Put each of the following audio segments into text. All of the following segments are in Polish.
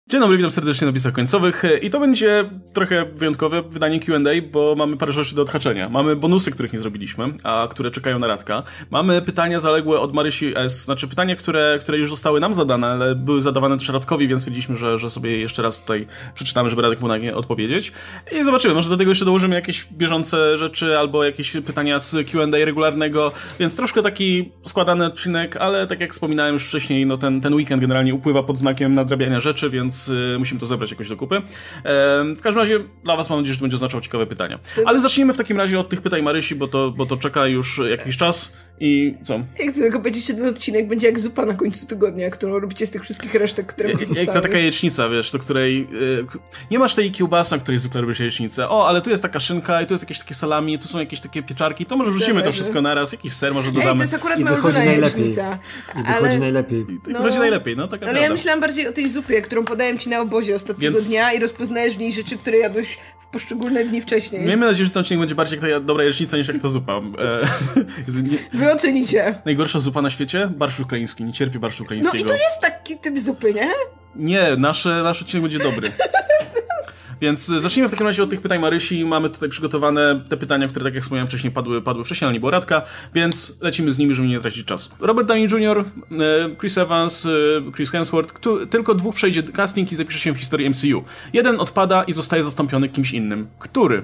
Dzień dobry, witam serdecznie na napisach końcowych i to będzie trochę wyjątkowe wydanie Q&A, bo mamy parę rzeczy do odhaczenia. Mamy bonusy, których nie zrobiliśmy, a które czekają na Radka. Mamy pytania zaległe od Marysi S, znaczy pytania, które już zostały nam zadane, ale były zadawane też Radkowi, więc stwierdziliśmy, że sobie jeszcze raz tutaj przeczytamy, żeby Radek mógł na nie odpowiedzieć. I zobaczymy, może do tego jeszcze dołożymy jakieś bieżące rzeczy albo jakieś pytania z Q&A regularnego, więc troszkę taki składany odcinek, ale tak jak wspominałem już wcześniej, no ten weekend generalnie upływa pod znakiem nadrabiania rzeczy, więc musimy to zebrać jakoś do kupy. W każdym razie dla was mam nadzieję, że to będzie oznaczało ciekawe pytania. Ale zacznijmy w takim razie od tych pytań Marysi, bo to czeka już jakiś czas i co? Jak tylko będziecie ten odcinek, będzie jak zupa na końcu tygodnia, którą robicie z tych wszystkich resztek, które pozostały. Jak ta taka jajecznica, wiesz, do której nie masz tej kiełbasy, na której zwykle robisz jajecznicę. O, ale tu jest taka szynka i tu jest jakieś takie salami, tu są jakieś takie pieczarki, to może wrzucimy to wszystko naraz, jakiś ser może dodamy. To jest akurat moja ulubiona jajecznica. I wychodzi najlepiej. Wychodzi najlepiej, no taka ale prawda. ja myślałam bardziej o tej zupie, którą podałem ci na obozie ostatniego dnia i rozpoznajesz w niej rzeczy, które jadłeś w poszczególne dni wcześniej. Miejmy nadzieję, że ten odcinek będzie bardziej jak ta dobra jajecznica niż jak ta zupa. Wy ocenicie. Najgorsza zupa na świecie? Barszcz ukraiński. Nie cierpię barszu ukraińskiego. No i to jest taki typ zupy, nie? Nie, nasz odcinek będzie dobry. Więc zacznijmy w takim razie od tych pytań Marysi. Mamy tutaj przygotowane te pytania, które, tak jak wspomniałem wcześniej, padły wcześniej, ale nie było Radka, więc lecimy z nimi, żeby nie tracić czasu. Robert Downey Jr., Chris Evans, Chris Hemsworth, tylko dwóch przejdzie casting i zapisze się w historii MCU. Jeden odpada i zostaje zastąpiony kimś innym. Który?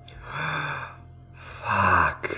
Fuck.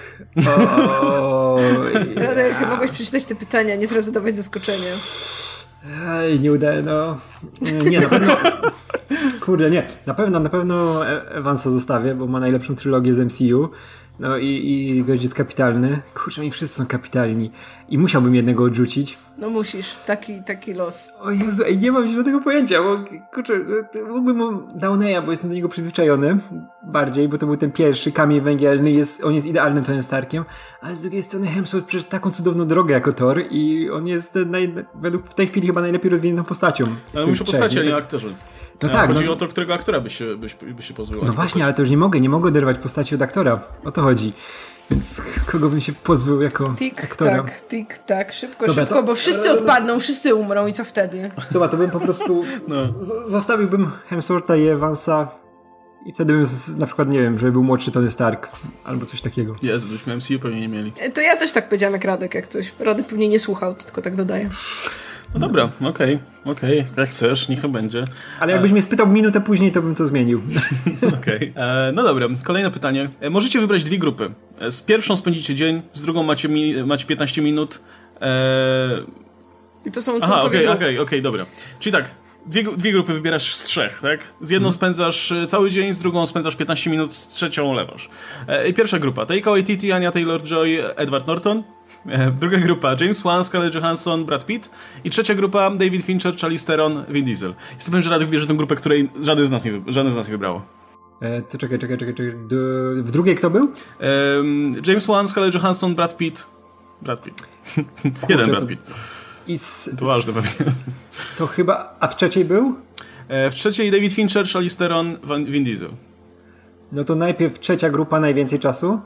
Radek, mogłeś przeczytać te pytania, nie teraz zadawać zaskoczenia. Ej, nie udaje, no. Nie, na pewno. Kurde, nie. Na pewno Evansa zostawię, bo ma najlepszą trylogię z MCU. No i gość jest kapitalny. Kurczę, oni wszyscy są kapitalni. I musiałbym jednego odrzucić. No musisz, taki los. O Jezu, ej, nie mam żadnego pojęcia, bo kurczę, mógłbym Downeya, bo jestem do niego przyzwyczajony bardziej, bo to był ten pierwszy kamień węgielny, on jest idealnym Tony Starkiem, ale z drugiej strony Hemsworth przeszedł taką cudowną drogę jako Thor i on jest według w tej chwili chyba najlepiej rozwiniętą postacią. Ale mówisz o postaci, a nie o aktorze. No tak. Chodzi o to, którego aktora byś się pozbył. No właśnie, ale to już nie mogę oderwać postaci od aktora. O to chodzi. Więc kogo bym się pozbył jako aktora? Tik-tak, szybko, bo wszyscy odpadną, wszyscy umrą i co wtedy? Dobra, to bym po prostu zostawiłbym Hemswortha i Evansa i wtedy bym na przykład, nie wiem, żeby był młodszy Tony Stark albo coś takiego. Jezu, byśmy MCU pewnie nie mieli. To ja też tak powiedziałam jak Radek, jak coś. Radek pewnie nie słuchał, tylko tak dodaję. No dobra, okej, jak chcesz, niech to będzie. Ale jakbyś mnie spytał minutę później, to bym to zmienił. Okej. No dobra, kolejne pytanie. Możecie wybrać dwie grupy. Z pierwszą spędzicie dzień, z drugą macie 15 minut. I to są Okej, dobra. Czyli tak, dwie grupy wybierasz z trzech, tak? Z jedną spędzasz cały dzień, z drugą spędzasz 15 minut, z trzecią lewasz. I pierwsza grupa, Taika Waititi, Anya Taylor-Joy, Edward Norton. Druga grupa, James Wan, Scarlett Johansson, Brad Pitt. I trzecia grupa, David Fincher, Charlize Theron, Vin Diesel. Jestem pewien, że Radek wybierze tę grupę, której żaden z nas nie wybrało. To czekaj. W drugiej kto był? James Wan, Scarlett Johansson, Brad Pitt. Jeden Brad Pitt. To ważne pewnie. To chyba... A w trzeciej był? W trzeciej David Fincher, Charlize Theron, Vin Diesel. No to najpierw trzecia grupa, najwięcej czasu?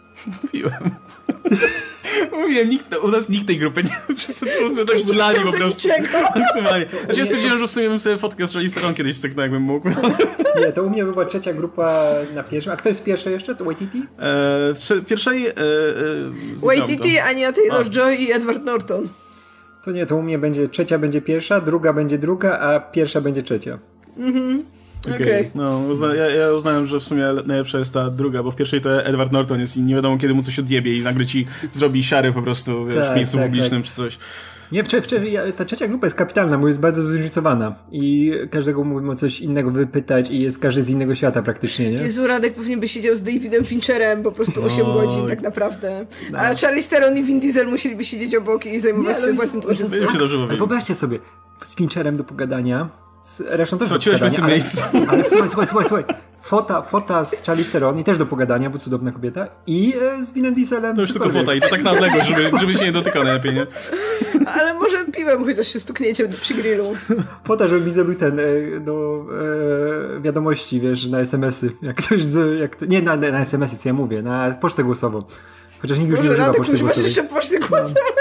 Mówiłem, u nas nikt tej grupy nie... Wszyscy po prostu tak zlali po prostu. Maksymalnie. Znaczy ja stwierdziłem, że w sumie bym sobie fotkę z Charlize Theron kiedyś styknął, jakbym mógł. Nie, to u mnie była trzecia grupa na pierwszym. A kto jest w pierwszej jeszcze? To Waititi? W pierwszej... Waititi, Anya Taylor-Joy i Edward Norton. To nie, to u mnie będzie trzecia będzie pierwsza, druga będzie druga, a pierwsza będzie trzecia. Okej. No, ja uznałem, że w sumie najlepsza jest ta druga, bo w pierwszej to Edward Norton jest i nie wiadomo kiedy mu coś odjebie i nagle ci zrobi siary po prostu w miejscu publicznym czy coś. Nie, ta trzecia grupa jest kapitalna, bo jest bardzo zróżnicowana i każdego mówimy o coś innego wypytać i jest każdy z innego świata praktycznie, nie? Jezu, Radek pewnie by siedział z Davidem Fincherem po prostu 8 godzin tak naprawdę. No. A Charlize Theron i Vin Diesel musieliby siedzieć obok i zajmować się własnym towarzystwem. Ale wyobraźcie sobie, z Fincherem do pogadania, zresztą też straciłeś mnie w tym miejscu. Ale słuchaj. Fota z Charlize Theron i też do pogadania, bo cudowna kobieta. I z Vinem Dieselem. To już tylko fota i to tak na odległość, żeby się nie dotykał najlepiej, nie? Ale może piwem chociaż się stukniecie przy grillu. Fota, żeby mi zrobił do wiadomości, wiesz, na SMS-y. Jak ktoś nie na SMS-y, co ja mówię, na pocztę głosową. Chociaż nikt już nie używa poczty głosowej. Może jeszcze poczty głosowej.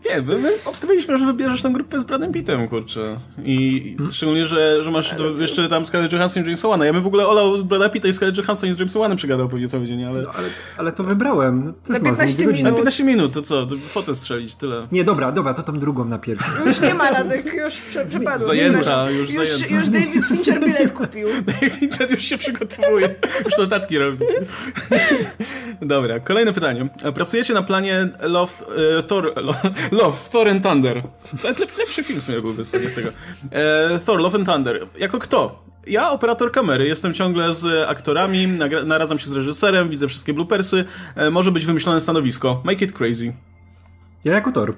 Nie, my obstawiliśmy, że wybierzesz tą grupę z Bradem Pittem, kurczę. I szczególnie, że masz jeszcze tam Scarlett Johansson i Jamesa Wana. Ja bym w ogóle olał Brada Pitta i Scarlett Johansson i z Jamesem Wanem przegadał pewnie cały dzień, ale... No, ale to wybrałem. No, na 15 minut. Na 15 minut, to co? To fotę strzelić, tyle. Nie, dobra, to tam drugą na pierwszą. Już nie ma Radek, już przepadł. Zajęta. Już David Fincher bilet kupił. David Fincher już się przygotowuje. Już notatki robi. Dobra, kolejne pytanie. Pracujecie na planie Love, Thor and Thunder. To lepszy film w sumie byłby z tego. Thor, Love and Thunder. Jako kto? Ja, operator kamery, jestem ciągle z aktorami, naradzam się z reżyserem, widzę wszystkie bloopersy. Może być wymyślone stanowisko. Make it crazy. Ja jako Thor.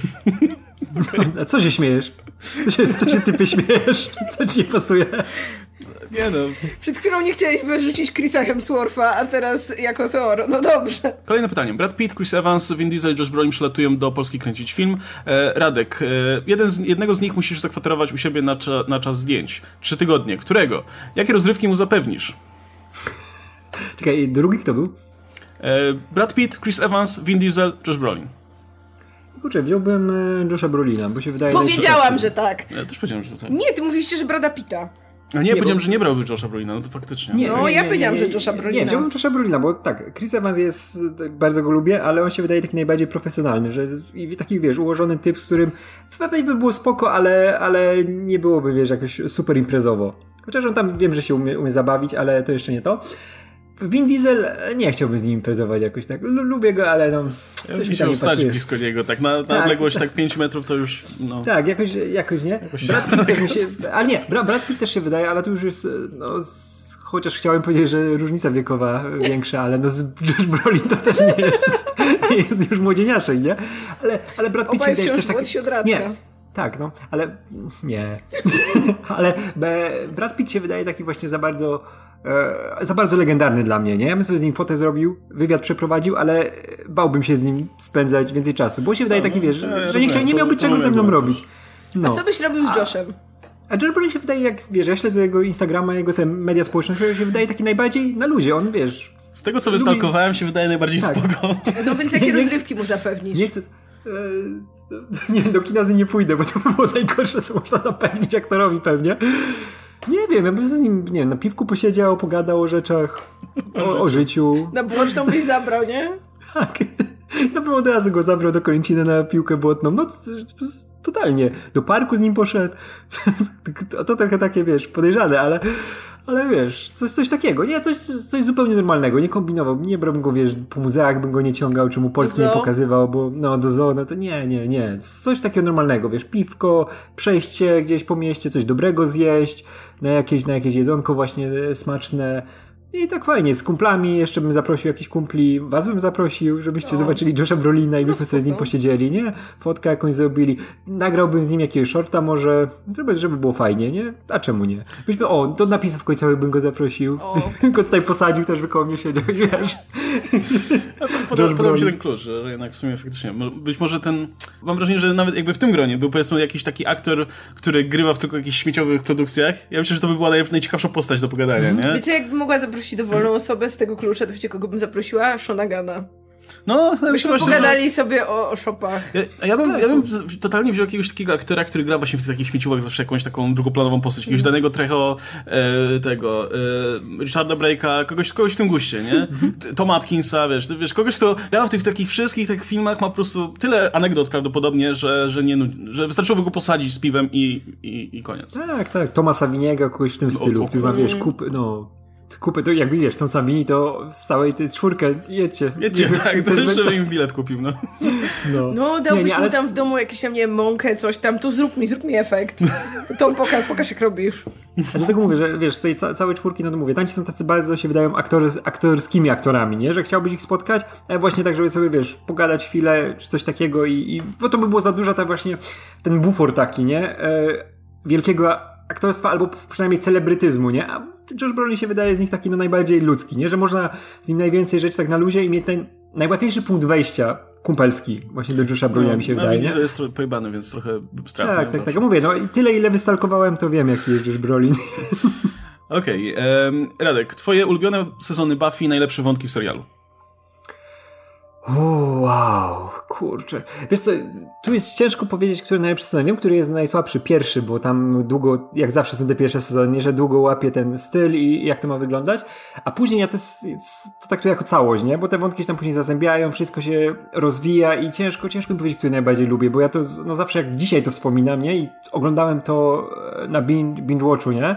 A co się śmiejesz? Co się typy śmiejesz? Co ci nie pasuje? Nie no. Przed chwilą nie chciałeś wyrzucić Chrisa Hemswortha, a teraz jako Thor. No dobrze. Kolejne pytanie. Brad Pitt, Chris Evans, Vin Diesel, Josh Brolin przylatują do Polski kręcić film. Radek, jednego z nich musisz zakwaterować u siebie na czas zdjęć. 3 tygodnie. Którego? Jakie rozrywki mu zapewnisz? Czekaj, drugi kto był? Brad Pitt, Chris Evans, Vin Diesel, Josh Brolin. Kurczę, wziąłbym Josha Brolina, bo się wydaje... Powiedziałam, że tak. Ja też powiedziałem, że tak. Nie, ty mówiliście, że Brada Pitta. A nie, powiedziałem, że nie brałby Josha Brolina, no to faktycznie. Ja powiedziałam, że Josha Brolina. Nie, wziąłbym Josha Brolina, bo tak, Chris Evans jest, bardzo go lubię, ale on się wydaje taki najbardziej profesjonalny, że i taki, wiesz, ułożony typ, z którym pewnie by było spoko, ale nie byłoby, wiesz, jakoś super imprezowo. Chociaż on tam, wiem, że się umie zabawić, ale to jeszcze nie to. Vin Diesel, nie chciałbym z nim imprezować jakoś tak. Lubię go, ale no... Coś mi się stać blisko niego, tak na odległość tak 5 metrów to już, no... Tak, jakoś nie. Brad Pitt też mi się... Ale nie, Brad Pitt też się wydaje, ale to już jest, no... Chociaż chciałem powiedzieć, że różnica wiekowa większa, ale no z Josh Brolin to też nie jest już młodzieniaszek, nie? Ale Brad Pitt się wydaje też tak... Nie. Tak, no, ale nie. Ale Brad Pitt się wydaje taki właśnie za bardzo legendarny dla mnie, nie? Ja bym sobie z nim fotę zrobił, wywiad przeprowadził, ale bałbym się z nim spędzać więcej czasu, bo się wydaje taki, wiesz, że nie miałby czego ze mną robić. No. A co byś robił z Joshem? A Josh Brolin się wydaje, jak wiesz, ja śledzę jego Instagrama, jego te media społecznościowe, się wydaje taki najbardziej na luzie, on wiesz... Z tego co wystalkowałem się wydaje najbardziej spoko. No więc jakie rozrywki mu zapewnisz? Nie chcę... Nie, do kina z nim nie pójdę, bo to by było najgorsze, co można zapewnić aktorowi pewnie. Nie wiem, ja bym z nim, nie wiem, na piwku posiedział, pogadał o rzeczach, o życiu. Na błotną byś zabrał, nie? Tak. Ja bym od razu go zabrał do Kończyny na piłkę błotną. No, totalnie. Do parku z nim poszedł. To trochę takie, wiesz, podejrzane, ale wiesz, coś takiego, nie, coś zupełnie normalnego, nie kombinował, nie brałbym go, wiesz, po muzeach bym go nie ciągał, czy mu Polski nie pokazywał, bo no do zoo, no to nie, coś takiego normalnego, wiesz, piwko, przejście gdzieś po mieście, coś dobrego zjeść, na jakieś jedzonko właśnie smaczne. I tak fajnie, z kumplami, jeszcze bym zaprosił jakichś kumpli, was bym zaprosił, żebyście zobaczyli Josha Brolina i byśmy sobie z nim posiedzieli, nie? Fotkę jakąś zrobili, nagrałbym z nim jakiegoś shorta może, żeby było fajnie, nie? A czemu nie? Byśmy, do napisów końcowych bym go zaprosił, go tutaj posadził, też by koło mnie siedział, wiesz? Podoba mi się ten klucz, że jednak w sumie faktycznie, być może mam wrażenie, że nawet jakby w tym gronie był powiedzmy jakiś taki aktor, który grywa w tylko jakichś śmieciowych produkcjach, ja myślę, że to by była najciekawsza postać do pogadania, nie? Wiecie, jakby mogła zaprosić dowolną osobę z tego klucza, to wiecie, kogo bym zaprosiła? Shona Gana. No, myśmy pogadali sobie o shopach. Ja bym totalnie wziął jakiegoś takiego aktora, który gra właśnie w takich śmieciówach zawsze jakąś taką drugoplanową postać, jakiegoś danego Trejo, Richarda Brake'a, kogoś w tym guście, nie? Tom Atkinsa, wiesz, kogoś, kto grał w tych takich wszystkich tych filmach, ma po prostu tyle anegdot prawdopodobnie, że wystarczyłoby go posadzić z piwem i koniec. Tak, Toma Saviniego, kogoś w tym stylu, który ma, wiesz, kupę, to jakby wiesz, tą Savini to z całej tej czwórkę jedźcie, tak, to żeby im bilet kupił, no. Dałbyś mu tam w domu jakieś tam, nie wiem, mąkę, coś tam, tu zrób mi efekt. Tom, pokaż jak robisz. A dlatego mówię, że wiesz, z tej całej czwórki, no to mówię, tanci są tacy bardzo, się wydają aktorskimi aktorami, nie? Że chciałbyś ich spotkać, ale właśnie tak, żeby sobie, wiesz, pogadać chwilę, czy coś takiego bo to by było za dużo ten bufor taki, nie? Wielkiego aktorstwa, albo przynajmniej celebrytyzmu, nie? A Josh Brolin się wydaje z nich taki najbardziej ludzki, nie? Że można z nim najwięcej rzeczy tak na luzie i mieć ten najłatwiejszy punkt wejścia kumpelski właśnie do Josha Brolina, mi się wydaje, nie? jest trochę pojebany, więc trochę strach. Tak. Mówię, no i tyle, ile wystalkowałem, to wiem, jaki jest Josh Brolin. Okej. Radek, twoje ulubione sezony Buffy, najlepsze wątki w serialu? Wow, kurczę. Wiesz co, tu jest ciężko powiedzieć, który najlepszy sezon. Wiem, który jest najsłabszy, pierwszy, bo tam długo, jak zawsze są te pierwsze sezony, że długo łapie ten styl i jak to ma wyglądać, a później ja to traktuję jako całość, nie? Bo te wątki się tam później zazębiają, wszystko się rozwija i ciężko mi powiedzieć, który najbardziej lubię, bo ja to, no zawsze jak dzisiaj to wspominam, nie? I oglądałem to na binge-watchu, nie?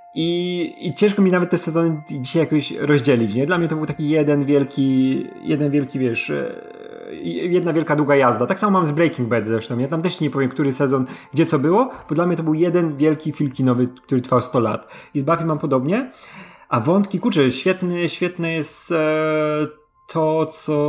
I ciężko mi nawet te sezony dzisiaj jakoś rozdzielić, nie? Dla mnie to był taki jeden wielki, wiesz, jedna wielka długa jazda. Tak samo mam z Breaking Bad zresztą. Ja tam też nie powiem, który sezon, gdzie co było, bo dla mnie to był jeden wielki film kinowy, który trwał 100 lat. I z Buffy mam podobnie. A wątki, kurczę, świetne jest to,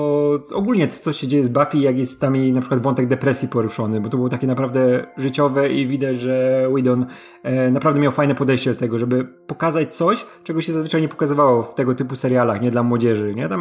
co się dzieje z Buffy, jak jest tam jej na przykład wątek depresji poruszony, bo to było takie naprawdę życiowe i widać, że Whedon naprawdę miał fajne podejście do tego, żeby pokazać coś, czego się zazwyczaj nie pokazywało w tego typu serialach, nie dla młodzieży, nie? Tam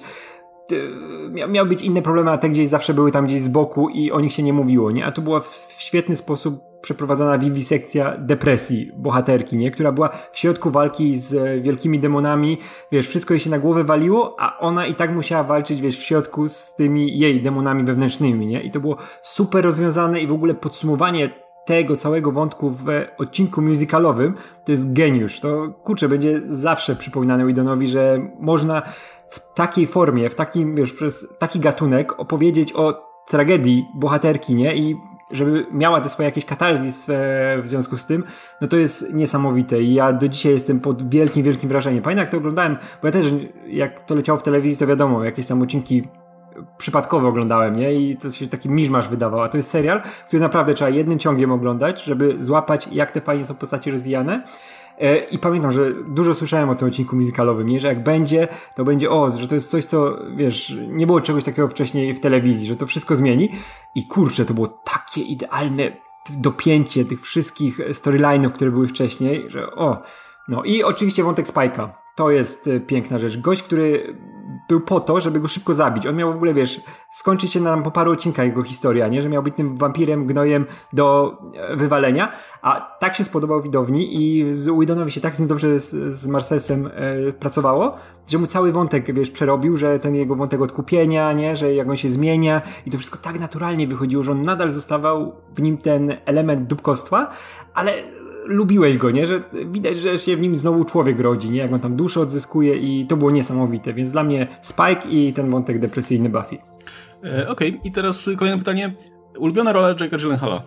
miały być inne problemy, a te gdzieś zawsze były tam gdzieś z boku i o nich się nie mówiło, nie? A tu była w świetny sposób przeprowadzona wiwisekcja depresji bohaterki, nie? Która była w środku walki z wielkimi demonami, wiesz, wszystko jej się na głowę waliło, a ona i tak musiała walczyć, wiesz, w środku z tymi jej demonami wewnętrznymi, nie? I to było super rozwiązane i w ogóle podsumowanie tego całego wątku w odcinku musicalowym to jest geniusz. To, kurczę, będzie zawsze przypominane Whedonowi, że można w takiej formie, w takim, wiesz, przez taki gatunek opowiedzieć o tragedii bohaterki, nie? I żeby miała te swoje jakieś katarzis w związku z tym, no to jest niesamowite i ja do dzisiaj jestem pod wielkim wrażeniem. Pamiętam, jak to oglądałem, bo ja też, jak to leciało w telewizji, to wiadomo, jakieś tam odcinki przypadkowo oglądałem, nie? I to się taki miszmasz wydawał, a to jest serial, który naprawdę trzeba jednym ciągiem oglądać, żeby złapać, jak te fajnie są postacie rozwijane. I pamiętam, że dużo słyszałem o tym odcinku musicalowym, nie? Że jak będzie, to będzie że to jest coś, co, wiesz, nie było czegoś takiego wcześniej w telewizji, że to wszystko zmieni. I kurczę, to było takie idealne dopięcie tych wszystkich storyline'ów, które były wcześniej, że no i oczywiście wątek Spike'a. To jest piękna rzecz. Gość, który był po to, żeby go szybko zabić. On miał w ogóle, wiesz, skończyć się po paru odcinkach jego historia, nie? Że miał być tym wampirem, gnojem do wywalenia, a tak się spodobał widowni i z Whedonowi się tak z nim dobrze z Marcelsem pracowało, że mu cały wątek, wiesz, przerobił, że ten jego wątek odkupienia, nie? Że jak on się zmienia i to wszystko tak naturalnie wychodziło, że on nadal zostawał w nim ten element dupkostwa, ale lubiłeś go, nie? Że widać, że się w nim znowu człowiek rodzi, nie? Jak on tam duszę odzyskuje i to było niesamowite, więc dla mnie Spike i ten wątek depresyjny Buffy. Okej, i teraz kolejne pytanie. Ulubiona rola Jake'a Gyllenhaala?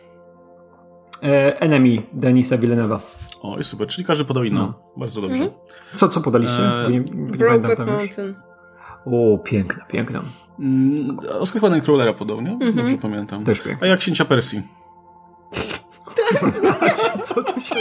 Enemy Denisa Villeneuve'a. O, jest super, czyli każdy podał inną. Bardzo dobrze. Co podaliście? Brokeback Mountain. O, piękna. Oscar chyba Nightcrawlera podał, nie? Dobrze pamiętam. Też piękna. A jak Księcia Persji? Co to się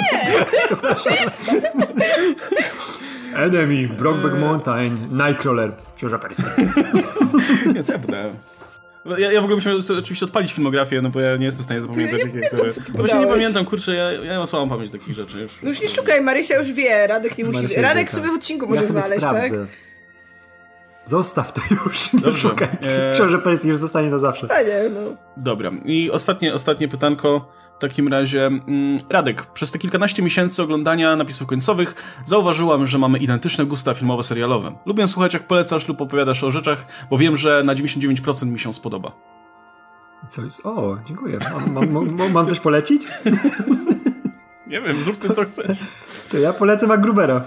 Enemy, Brokeback Mountain, Nightcrawler, Księża Persji. Nie, co ja podałem? Ja w ogóle musimy oczywiście odpalić filmografię, no bo ja nie jestem w stanie zapamiętać które... Właśnie nie pamiętam, kurczę, ja mam słabą pamięć takich rzeczy. Już nie szukaj, Marysia już wie, Radek nie musi... Radek sobie w odcinku może znaleźć, tak? Zostaw to już, nie szukaj. Książę Persji już zostanie na zawsze. No. Dobra, i ostatnie pytanko. W takim razie, Radek, przez te kilkanaście miesięcy oglądania napisów końcowych zauważyłam, że mamy identyczne gusta filmowo-serialowe. Lubię słuchać, jak polecasz lub opowiadasz o rzeczach, bo wiem, że na 99% mi się spodoba. Co jest? Dziękuję. Mam coś polecić? Nie wiem, zrób z tym, co chcesz. To ja polecę MacGrubera.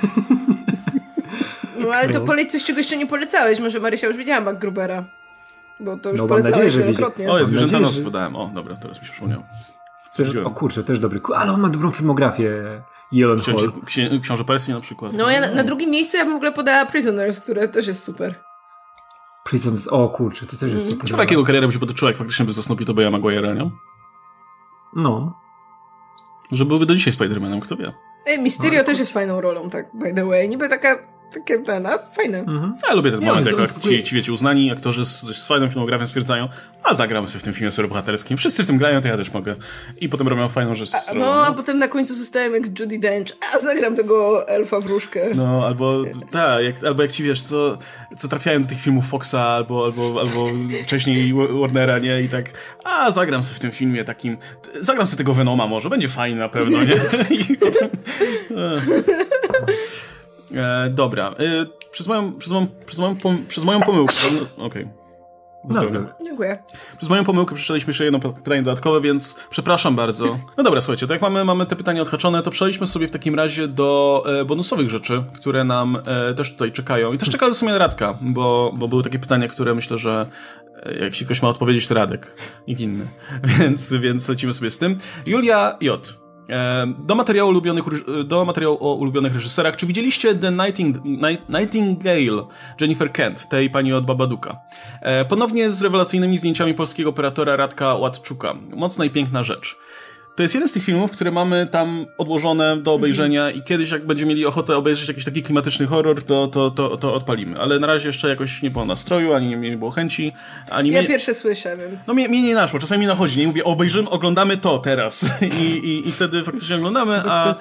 No ale to poleć coś, czego jeszcze nie polecałeś. Może Marysia już widziała MacGrubera. Bo to już polecałeś wielokrotnie. O, jest Zwierzęta Nocy podałem. O, dobra, teraz mi się przypomniał. O kurczę, też dobry. Ale on ma dobrą filmografię. Książę Persji na przykład. No, ja na drugim miejscu ja bym w ogóle podała Prisoners, które też jest super. Prisoners, o kurczę, to też jest super. Ciekawe, jakiego kariera by się potoczyła, jak faktycznie by zasnąpił to Beja Maguire'a, nie? No. Że byłby do dzisiaj Spider-Manem, kto wie. Mysterio też jest fajną rolą, tak, by the way. Niby takie fajne. Ja lubię ten moment, jak ci wiecie, uznani aktorzy z fajną filmografią stwierdzają, a zagramy sobie w tym filmie serobohaterskim. Wszyscy w tym grają, to ja też mogę. I potem robią fajną rzecz. A potem na końcu zostałem jak Judi Dench, a zagram tego elfa wróżkę. No, albo jak ci wiesz, co trafiają do tych filmów Foxa, albo wcześniej Warnera, nie? I tak, zagram sobie w tym filmie takim, zagram sobie tego Venoma może, będzie fajny na pewno, nie? I potem... Dobra. Przez moją pomyłkę... Okej. Dziękuję. Przez moją pomyłkę przeczytaliśmy jeszcze jedno pytanie dodatkowe, więc przepraszam bardzo. No dobra, słuchajcie, to jak mamy te pytania odhaczone, to przejdźmy sobie w takim razie do bonusowych rzeczy, które nam też tutaj czekają. I też czekały w sumie na Radka, bo były takie pytania, które myślę, że jak się ktoś ma odpowiedzieć, to Radek, nikt inny. Więc lecimy sobie z tym. Julia J. Do materiału o ulubionych reżyserach. Czy widzieliście The Nightingale Jennifer Kent, tej pani od Babadooka? Ponownie z rewelacyjnymi zdjęciami polskiego operatora Radka Ładczuka. Mocna i piękna rzecz. To jest jeden z tych filmów, które mamy tam odłożone do obejrzenia i kiedyś jak będziemy mieli ochotę obejrzeć jakiś taki klimatyczny horror, to odpalimy. Ale na razie jeszcze jakoś nie było nastroju, ani nie było chęci, ani ja pierwsze słyszę, więc... No mnie nie naszło, czasami mi nachodzi, nie mówię, oglądamy to teraz i wtedy faktycznie oglądamy,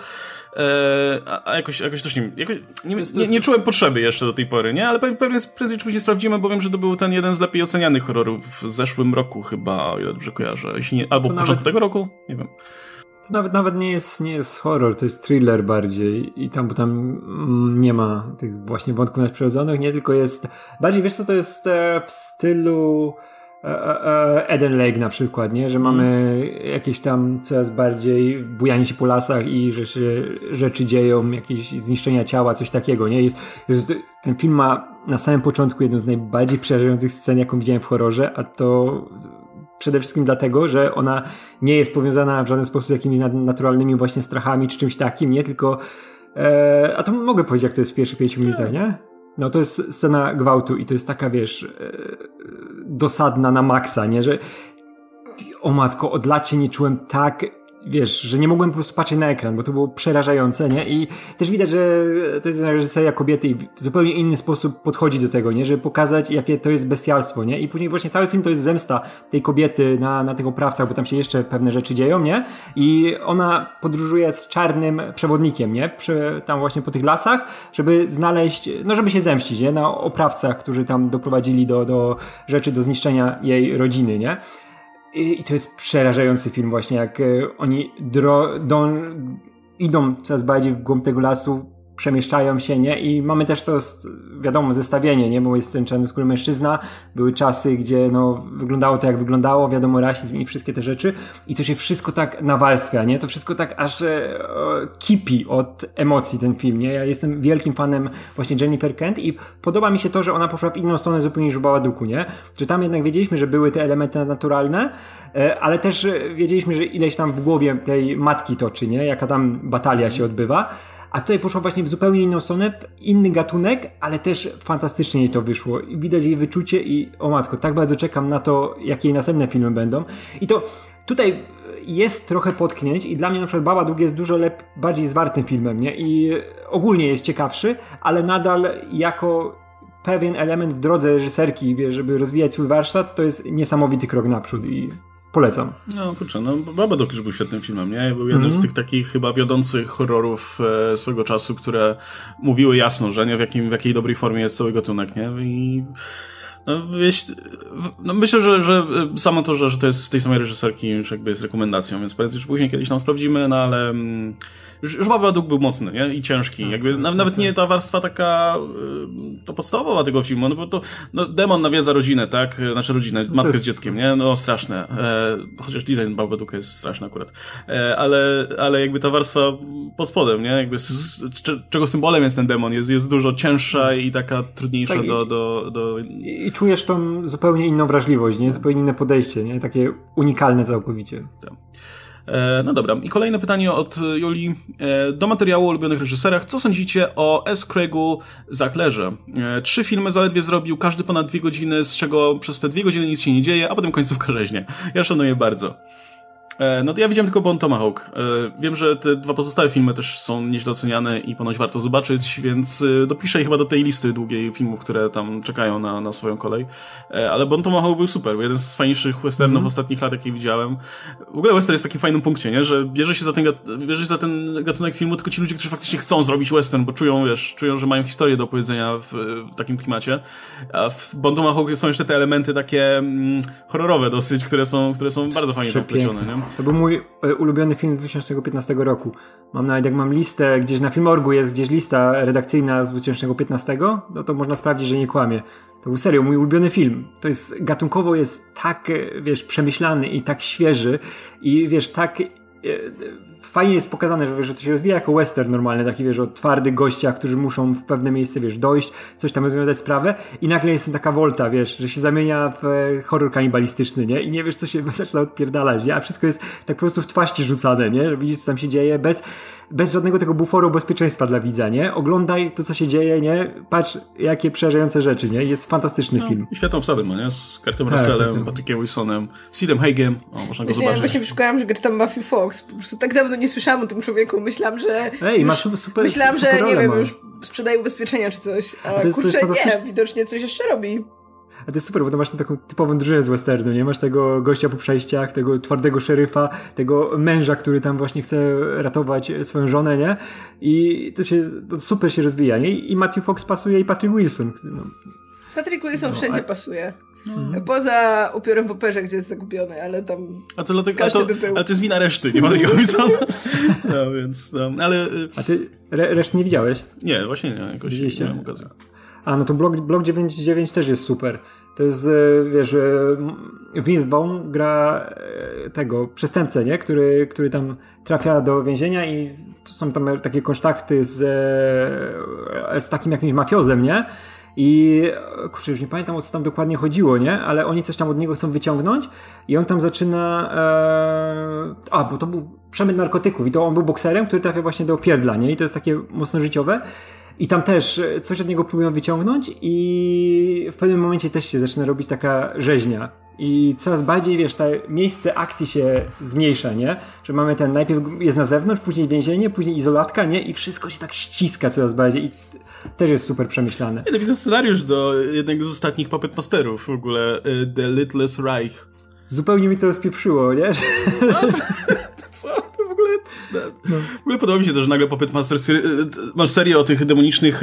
a jakoś też nie czułem potrzeby jeszcze do tej pory, nie? Ale pewnie prędzej czy później sprawdzimy, bo wiem, że to był ten jeden z lepiej ocenianych horrorów w zeszłym roku chyba, o ile dobrze kojarzę. Jeśli nie, albo w początku tego roku? Nie wiem. To nawet nie jest horror, to jest thriller bardziej i tam nie ma tych właśnie wątków nadprzyrodzonych, nie? Tylko jest bardziej, wiesz co, to jest w stylu Eden Lake na przykład, nie? Że mamy jakieś tam coraz bardziej bujanie się po lasach i że się rzeczy dzieją, jakieś zniszczenia ciała, coś takiego, nie? Ten film ma na samym początku jedną z najbardziej przerażających scen, jaką widziałem w horrorze, a to przede wszystkim dlatego, że ona nie jest powiązana w żaden sposób z jakimiś naturalnymi właśnie strachami czy czymś takim, nie? Tylko a to mogę powiedzieć, jak to jest w pierwszych 5 minutach, nie? No to jest scena gwałtu i to jest taka, wiesz, dosadna na maksa, nie? Że o matko, od lat się nie czułem tak, wiesz, że nie mogłem po prostu patrzeć na ekran, bo to było przerażające, nie? I też widać, że to jest reżyseria kobiety i w zupełnie inny sposób podchodzi do tego, nie? Żeby pokazać, jakie to jest bestialstwo, nie? I później właśnie cały film to jest zemsta tej kobiety na tych oprawcach, bo tam się jeszcze pewne rzeczy dzieją, nie? I ona podróżuje z czarnym przewodnikiem, nie? Tam właśnie po tych lasach, żeby znaleźć, no żeby się zemścić, nie? Na oprawcach, którzy tam doprowadzili do rzeczy, do zniszczenia jej rodziny, nie? I to jest przerażający film właśnie, jak oni idą coraz bardziej w głąb tego lasu, przemieszczają się, nie? I mamy też to, wiadomo, zestawienie, nie? Bo jest ten czarnoskóry mężczyzna, były czasy, gdzie no wyglądało to jak wyglądało, wiadomo, rasizm i wszystkie te rzeczy i to się wszystko tak nawarstwia, nie? To wszystko tak aż kipi od emocji ten film, nie? Ja jestem wielkim fanem właśnie Jennifer Kent i podoba mi się to, że ona poszła w inną stronę zupełnie niż w Babadooku, nie? Że tam jednak wiedzieliśmy, że były te elementy naturalne, ale też wiedzieliśmy, że ileś tam w głowie tej matki toczy, nie? Jaka tam batalia się odbywa. A tutaj poszło właśnie w zupełnie inną stronę, inny gatunek, ale też fantastycznie jej to wyszło. I widać jej wyczucie i o matko, tak bardzo czekam na to, jakie jej następne filmy będą. I to tutaj jest trochę potknięć i dla mnie na przykład Babadook jest dużo bardziej zwartym filmem, nie? I ogólnie jest ciekawszy, ale nadal jako pewien element w drodze reżyserki, wie, żeby rozwijać swój warsztat, to jest niesamowity krok naprzód i polecam. No kurczę, no Babadook już był świetnym filmem, nie? Był jednym z tych takich chyba wiodących horrorów swego czasu, które mówiły jasno, że nie w jakiej dobrej formie jest cały gatunek, nie? I no myślę, że samo to, że to jest tej samej reżyserki już jakby jest rekomendacją, więc prędzej czy później kiedyś tam sprawdzimy, no ale już Babadook był mocny, nie? I ciężki. Jakby nawet nie ta warstwa taka to podstawowa tego filmu, no bo to demon nawiedza rodzinę, tak? Znaczy rodzinę, matkę z dzieckiem, nie? No straszne. Chociaż design Babadooka jest straszny akurat. Ale jakby ta warstwa pod spodem, nie? Jakby czego symbolem jest ten demon, jest dużo cięższa i taka trudniejsza tak, do... I czujesz tą zupełnie inną wrażliwość, nie? Zupełnie inne podejście, nie? Takie unikalne całkowicie. Tak. No dobra, i kolejne pytanie od Julii. Do materiału o ulubionych reżyserach. Co sądzicie o S. Craigu Zacklerze? 3 filmy zaledwie zrobił, każdy ponad 2 godziny, z czego przez te 2 godziny nic się nie dzieje, a potem końcówka rzeźnie. Ja szanuję bardzo. No to ja widziałem tylko Bone Tomahawk. Wiem, że te 2 pozostałe filmy też są nieźle oceniane i ponoć warto zobaczyć, więc dopiszę je chyba do tej listy długiej filmów, które tam czekają na swoją kolej. Ale Bone Tomahawk był super, był jeden z fajniejszych westernów ostatnich lat, jakie widziałem. W ogóle western jest w takim fajnym punkcie, nie? Że bierze się za ten gatunek filmu tylko ci ludzie, którzy faktycznie chcą zrobić western, bo czują, że mają historię do opowiedzenia w takim klimacie. A w Bone Tomahawk są jeszcze te elementy takie horrorowe dosyć, które są bardzo fajnie doplecione, nie? To był mój ulubiony film 2015 roku. Mam nawet, jak mam listę, gdzieś na Filmorgu jest gdzieś lista redakcyjna z 2015, no to można sprawdzić, że nie kłamie. To był serio mój ulubiony film. To jest, gatunkowo jest tak, wiesz, przemyślany i tak świeży i wiesz, tak fajnie jest pokazane, że to się rozwija jako western normalny, taki, wiesz, o twardych gościach, którzy muszą w pewne miejsce, wiesz, dojść, coś tam rozwiązać sprawę i nagle jest taka wolta, wiesz, że się zamienia w horror kanibalistyczny, nie? I nie wiesz, co się zaczyna odpierdalać, nie? A wszystko jest tak po prostu w twaści rzucane, nie? Że widzisz, co tam się dzieje, bez żadnego tego buforu bezpieczeństwa dla widza, nie? Oglądaj to, co się dzieje, nie? Patrz, jakie przerażające rzeczy, nie? Jest fantastyczny film. Świetną obsadę ma, nie? Z Kurtem Russellem, Patrickiem Wilsonem, Sidem Haigiem. O, można go zobaczyć. Właśnie szukałam, że gra tam Matthew Fox. Po prostu tak dawno nie słyszałam o tym człowieku. Myślałam, że myślałam, że nie wiem, już sprzedaje ubezpieczenia czy coś. A kurczę, nie, widocznie coś jeszcze robi. A to jest super, bo to masz taką typową drużynę z westernu, nie? Masz tego gościa po przejściach, tego twardego szeryfa, tego męża, który tam właśnie chce ratować swoją żonę, nie? I to super się rozwija, nie? I Matthew Fox pasuje i Patrick Wilson. No. Patrick Wilson wszędzie pasuje. Poza upiorem w operze, gdzie jest zagubiony, ale tam a to dlatego, ale to jest wina reszty, nie Patricka Wilsona. No więc, ale... A ty reszty nie widziałeś? Nie, właśnie nie, jakoś nie miałem okazji. A, no to Blok 99 też jest super. To jest, wiesz, Vince Vaughn gra tego przestępcę, nie? Który tam trafia do więzienia i to są tam takie konsztachty z takim jakimś mafiozem, nie? I kurczę, już nie pamiętam, o co tam dokładnie chodziło, nie? Ale oni coś tam od niego chcą wyciągnąć i on tam zaczyna bo to był przemyt narkotyków i to on był bokserem, który trafia właśnie do pierdla, nie? I to jest takie mocno życiowe. I tam też coś od niego próbują wyciągnąć i w pewnym momencie też się zaczyna robić taka rzeźnia. I coraz bardziej, wiesz, to miejsce akcji się zmniejsza, nie? Że mamy najpierw jest na zewnątrz, później więzienie, później izolatka, nie? I wszystko się tak ściska coraz bardziej i też jest super przemyślane. Ja napisałem scenariusz do jednego z ostatnich Puppet Masterów, w ogóle The Littlest Reich. Zupełnie mi to rozpieprzyło, nie? Co? To w ogóle... W ogóle podoba mi się to, że nagle Puppet Master... Masz serię o tych demonicznych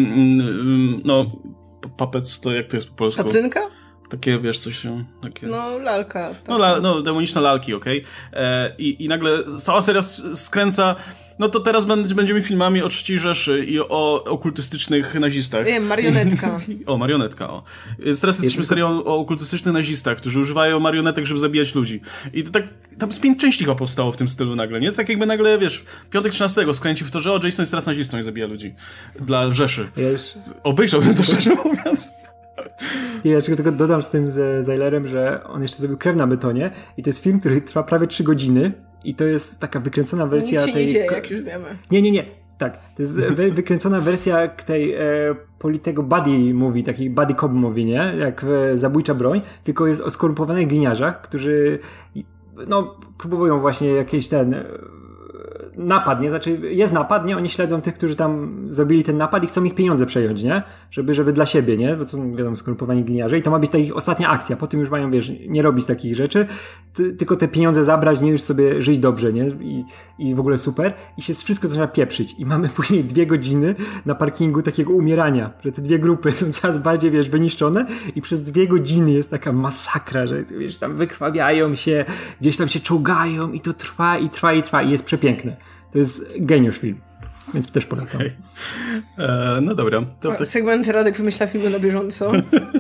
puppets, to jak to jest po polsku? Pacynka? Takie, wiesz, coś się... Takie... No, lalka. Tak. Demoniczne lalki, okej. I nagle cała seria skręca... No to teraz będziemy filmami o III Rzeszy i o okultystycznych nazistach. Wiem, marionetka. Marionetka, o. Więc teraz jesteśmy serią o okultystycznych nazistach, którzy używają marionetek, żeby zabijać ludzi. I to tak, tam z 5 części chyba powstało w tym stylu nagle, nie? To tak jakby nagle, wiesz, Piątek 13 skręcił w to, że Jason jest teraz nazistą i zabija ludzi. Dla Rzeszy. Obejrzałbym to, szczerze mówiąc. Ja jeszcze tylko dodam z tym Zeilerem, że on jeszcze zrobił Krew na betonie i to jest film, który trwa prawie 3 godziny i to jest taka wykręcona wersja Nic się nie dzieje, jak już wiemy. Nie. Tak, to jest wykręcona wersja tej tego buddy movie, takiej buddy cop movie, nie? Jak Zabójcza broń, tylko jest o skorumpowanych gliniarzach, którzy próbują właśnie jakiś napad, nie? Znaczy jest napad, nie? Oni śledzą tych, którzy tam zrobili ten napad i chcą ich pieniądze przejąć, nie? Żeby dla siebie, nie? Bo to wiadomo, skorumpowani gliniarze i to ma być ta ich ostatnia akcja. Potem już mają, wiesz, nie robić takich rzeczy, tylko te pieniądze zabrać, nie? Już sobie żyć dobrze, nie? I w ogóle super. I się wszystko zaczyna pieprzyć. I mamy później 2 godziny na parkingu takiego umierania, że te 2 grupy są coraz bardziej, wiesz, wyniszczone i przez 2 godziny jest taka masakra, że wiesz, tam wykrwawiają się, gdzieś tam się czołgają i to trwa i jest przepiękne. To jest geniusz film, więc też polecam. Okay. No dobra. Segment Radek wymyśla filmy na bieżąco.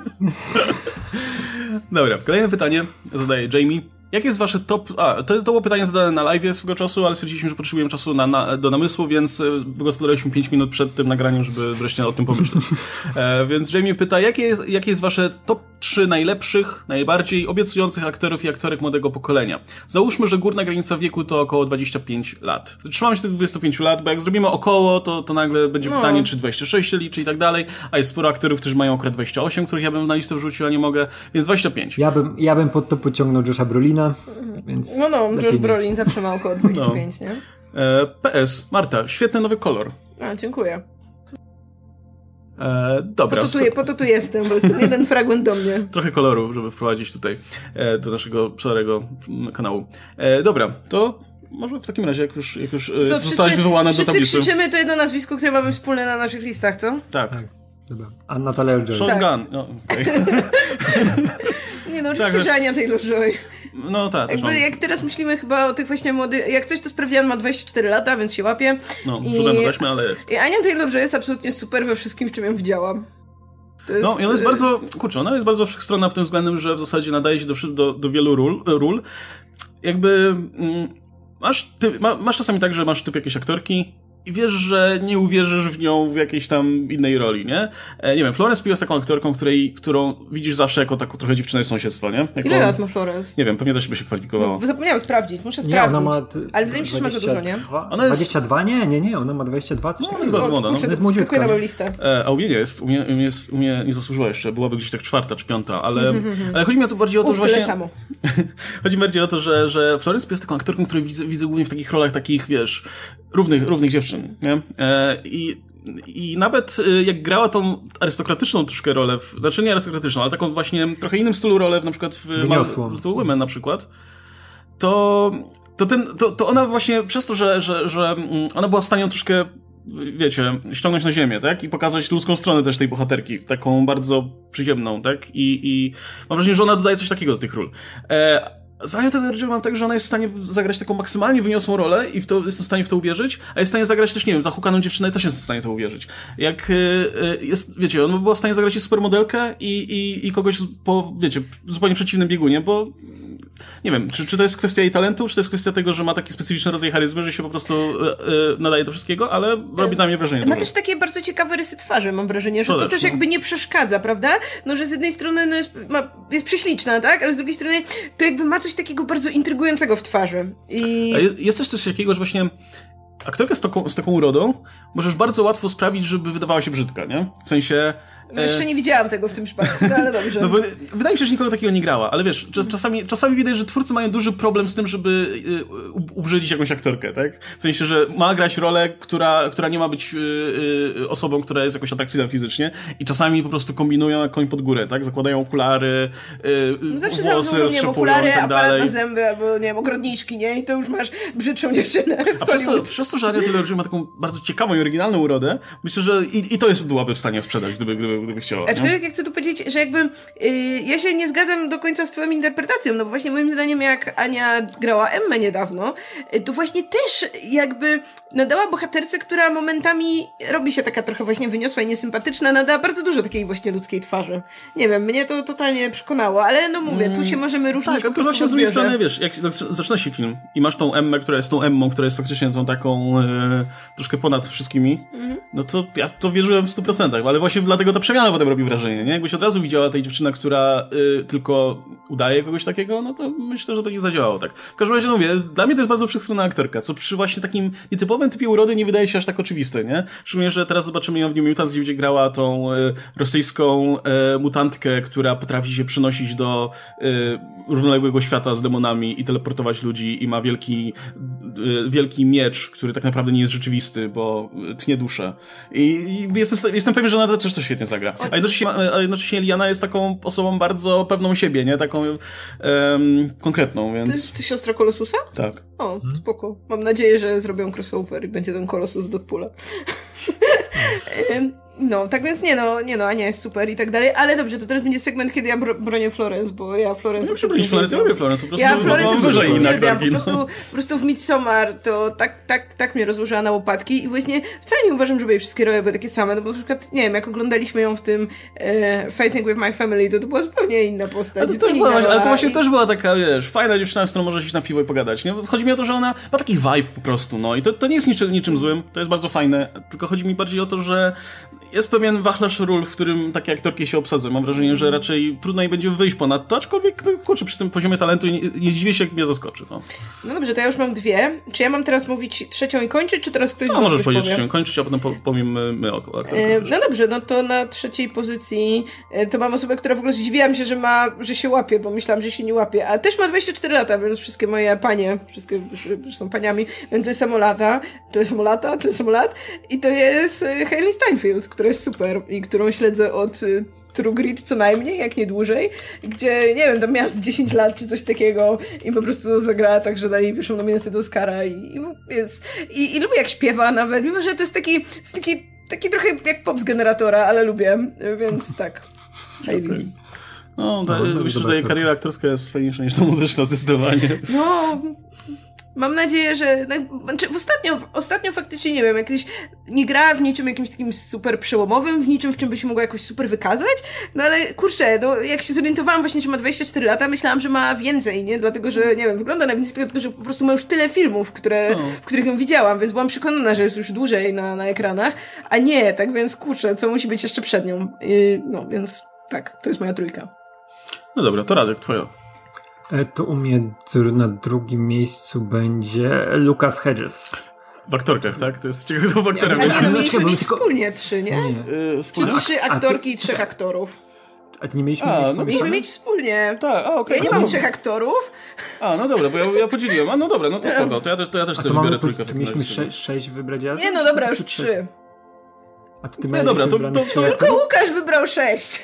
Dobra, kolejne pytanie zadaje Jamie. Jakie jest wasze top... To było pytanie zadane na live'ie swego czasu, ale stwierdziliśmy, że potrzebujemy czasu do namysłu, więc wygospodarowaliśmy 5 minut przed tym nagraniem, żeby wreszcie o tym pomyśleć. Więc Jamie pyta, jakie jest wasze top 3 najlepszych, najbardziej obiecujących aktorów i aktorek młodego pokolenia? Załóżmy, że górna granica wieku to około 25 lat. Trzymamy się tych 25 lat, bo jak zrobimy około, to nagle będzie pytanie, czy 26 się liczy i tak dalej, a jest sporo aktorów, którzy mają akurat 28, których ja bym na listę wrzucił, a nie mogę, więc 25. Ja bym pod to pociągnął Josha Brolina. Więc Josh Brolin zawsze ma około 25, nie? PS, Marta, świetny nowy kolor. Dziękuję. Dobra. Po to tu jestem, bo jest ten jeden fragment do mnie. Trochę koloru, żeby wprowadzić tutaj do naszego szarego kanału. Dobra, to może w takim razie, jak już zostałaś wywołana do tablicy. Wszyscy krzyczymy to jedno nazwisko, które mamy wspólne na naszych listach, co? Tak. Dobra. Anna Taylor-Joy. Sean Gunn. No, okay. Nie no, oczywiście, że Ania Taylor-Joy. No tak. Jakby jak teraz myślimy chyba o tych właśnie młodych, jak coś to sprawdziłam, ma 24 lata, więc się łapie. No, cudem weźmy, ale jest. I Anya Taylor-Joy jest absolutnie super we wszystkim, w czym ją widziałam. Jest, no i ona jest bardzo, ona jest bardzo wszechstronna pod tym względem, że w zasadzie nadaje się do wielu ról. Jakby masz czasami tak, że masz typ jakiejś aktorki i wiesz, że nie uwierzysz w nią w jakiejś tam innej roli, nie? Nie wiem, Florence Pugh jest taką aktorką, którą widzisz zawsze jako taką trochę dziewczynę z sąsiedztwa, nie? Ile lat ma Florence? Nie wiem, pewnie też by się kwalifikowała. No, zapomniałam sprawdzić, muszę sprawdzić. Ona ma ale wydaje mi się, że ma za dużo, nie? Ona jest... 22? Nie, ona ma 22. No, ona jest bardzo młoda. Kurczę, to wskakuje na moją listę. A u mnie nie jest. U mnie nie zasłużyła jeszcze. Byłaby gdzieś tak 4. czy 5, ale chodzi mi tu bardziej o to, że właśnie... samo. Chodzi mi bardziej o to, że Florence Pugh jest taką aktorką, której widzę głównie w takich rolach takich, wiesz, równych dziewczyn, nie? I nawet jak grała tą arystokratyczną troszkę rolę, znaczy nie arystokratyczną, ale taką właśnie trochę innym stylu rolę, na przykład w Little Women na przykład, to ona właśnie przez to, że ona była w stanie troszkę, wiecie, ściągnąć na ziemię, tak? I pokazać ludzką stronę też tej bohaterki, taką bardzo przyziemną, tak? I mam wrażenie, że ona dodaje coś takiego do tych ról. Z Anią Taylor-Joy mam tak, że ona jest w stanie zagrać taką maksymalnie wyniosłą rolę i jestem w stanie w to uwierzyć, a jest w stanie zagrać też, nie wiem, zahukaną dziewczynę i też jestem w stanie w to uwierzyć. Jak jest, wiecie, on by była w stanie zagrać i supermodelkę i kogoś po, wiecie, zupełnie przeciwnym biegunie, bo nie wiem, czy to jest kwestia jej talentu, czy to jest kwestia tego, że ma taki specyficzny rodzaj charyzmy, że się po prostu nadaje do wszystkiego, ale robi na mnie wrażenie. Ma też takie bardzo ciekawe rysy twarzy, mam wrażenie, że to też jakby nie przeszkadza, prawda? No, że z jednej strony no jest prześliczna, tak? Ale z drugiej strony to jakby ma coś takiego bardzo intrygującego w twarzy. Jest też coś takiego, że właśnie aktorka z taką urodą możesz bardzo łatwo sprawić, żeby wydawała się brzydka, nie? W sensie... No jeszcze nie widziałam tego w tym przypadku, no ale dobrze. No bo wydaje mi się, że nikogo takiego nie grała, ale wiesz, czasami widać, że twórcy mają duży problem z tym, żeby ubrzydzić jakąś aktorkę, tak? W sensie, że ma grać rolę, która nie ma być osobą, która jest jakoś atrakcyjna fizycznie i czasami po prostu kombinują jak koń pod górę, tak? Zakładają okulary, zawsze włosy nie wiem, okulary, i tak aparat na zęby, albo nie wiem, ogrodniczki, nie? I to już masz brzydszą dziewczynę. A przez to, że Anya Taylor-Joy ma taką bardzo ciekawą i oryginalną urodę, myślę, że i to byłaby w stanie sprzedać, gdyby chciała. Aczkolwiek ja chcę tu powiedzieć, że jakby ja się nie zgadzam do końca z twoją interpretacją, no bo właśnie moim zdaniem jak Ania grała Emmę niedawno, to właśnie też jakby nadała bohaterce, która momentami robi się taka trochę właśnie wyniosła i niesympatyczna, nadała bardzo dużo takiej właśnie ludzkiej twarzy. Nie wiem, mnie to totalnie przekonało, ale no mówię, tu się możemy różnić. Tak, tylko właśnie z drugiej strony, wiesz, jak zaczyna się film i masz tą Emmę, która jest tą Emmą, która jest faktycznie tą taką troszkę ponad wszystkimi, no to ja to wierzyłem w 100%, ale właśnie dlatego ta przemiana potem robi wrażenie, nie? Jakbyś od razu widziała tej dziewczyny, która tylko udaje kogoś takiego, no to myślę, że to nie zadziałało tak. W każdym razie, no mówię, dla mnie to jest bardzo wszechstronna aktorka, co przy właśnie takim nietypowym typie urody nie wydaje się aż tak oczywiste, nie? Szczególnie, że teraz zobaczymy ją w New Mutants, gdzie grała tą rosyjską mutantkę, która potrafi się przynosić do równoległego świata z demonami i teleportować ludzi i ma wielki miecz, który tak naprawdę nie jest rzeczywisty, bo tnie duszę. I jestem pewien, że ona też to świetnie zagra. A jednocześnie Liana jest taką osobą bardzo pewną siebie, nie? Taką konkretną, więc... To jest siostra Kolosusa? Tak. O, spoko. Mam nadzieję, że zrobią crossover i będzie ten Kolosus z Deadpoola. No, tak więc nie no, Ania jest super i tak dalej, ale dobrze, to teraz będzie segment, kiedy ja bronię Florence, bo ja Florence... Ja lubię Florence, po prostu ja Florence uwielbiam, po prostu w Midsommar to tak mnie rozłożyła na łopatki i właśnie wcale nie uważam, żeby jej wszystkie role były takie same, no bo na przykład, nie wiem, jak oglądaliśmy ją w tym Fighting with My Family, to była zupełnie inna postać. Ale to właśnie też była taka, wiesz, fajna dziewczyna, z którą możesz iść na piwo i pogadać, nie? Chodzi mi o to, że ona ma taki vibe po prostu, no i to nie jest niczym złym, to jest bardzo fajne, tylko chodzi mi bardziej o to, że jest pewien wachlarz ról, w którym takie aktorki się obsadzą. Mam wrażenie, że raczej trudno jej będzie wyjść ponad to, aczkolwiek kurczę, przy tym poziomie talentu nie dziwię się, jak mnie zaskoczy. No dobrze, to ja już mam 2. Czy ja mam teraz mówić trzecią i kończyć, czy teraz ktoś z was możesz powiedzieć powie? Trzecią i kończyć, a potem powiemy my o aktorkach. No dobrze, no to na trzeciej pozycji to mam osobę, która w ogóle zdziwiłam się, że się łapie, bo myślałam, że się nie łapie, a też ma 24 lata, więc wszystkie moje panie, wszystkie są paniami, więc tyle samo lat i to jest Hailey Steinfeld, która jest super i którą śledzę od True Grit co najmniej, jak nie dłużej, gdzie, nie wiem, tam miała z 10 lat czy coś takiego i po prostu zagrała tak, że dali pierwszą nominację do Oscara i lubię jak śpiewa nawet, mimo że to jest taki trochę jak pop z generatora, ale lubię, więc tak. Hailey. Okay. No, myślę, że ta kariera aktorska jest fajniejsza niż ta muzyczna zdecydowanie. No, mam nadzieję, że... Znaczy ostatnio faktycznie, nie wiem, nie grała w niczym jakimś takim super przełomowym, w niczym, w czym by się mogła jakoś super wykazać, no ale kurczę, no jak się zorientowałam właśnie, że ma 24 lata, myślałam, że ma więcej, nie? Dlatego, że, nie wiem, wygląda na więcej, tylko że po prostu ma już tyle filmów, w których ją widziałam, więc byłam przekonana, że jest już dłużej na ekranach, a nie, tak więc kurczę, co musi być jeszcze przed nią. No, więc tak, to jest moja trójka. No dobra, to Radek, twoja. To u mnie na drugim miejscu będzie Lucas Hedges. W aktorkach, tak? To jest ciekawe, co w aktorach. A nie, mieliśmy mieć wspólnie 3, nie? Czy 3 aktorki i 3 aktorów. A to nie mieliśmy mieliśmy mieć wspólnie. Tak, okej. Ja nie mam 3 aktorów. No dobra, bo ja podzieliłem. No dobra, no to spoko. To ja też sobie wybiorę trójkę. To mieliśmy 6 wybrać razem? Nie, no dobra, już 3. A to ty no dobra, to tylko Łukasz wybrał 6.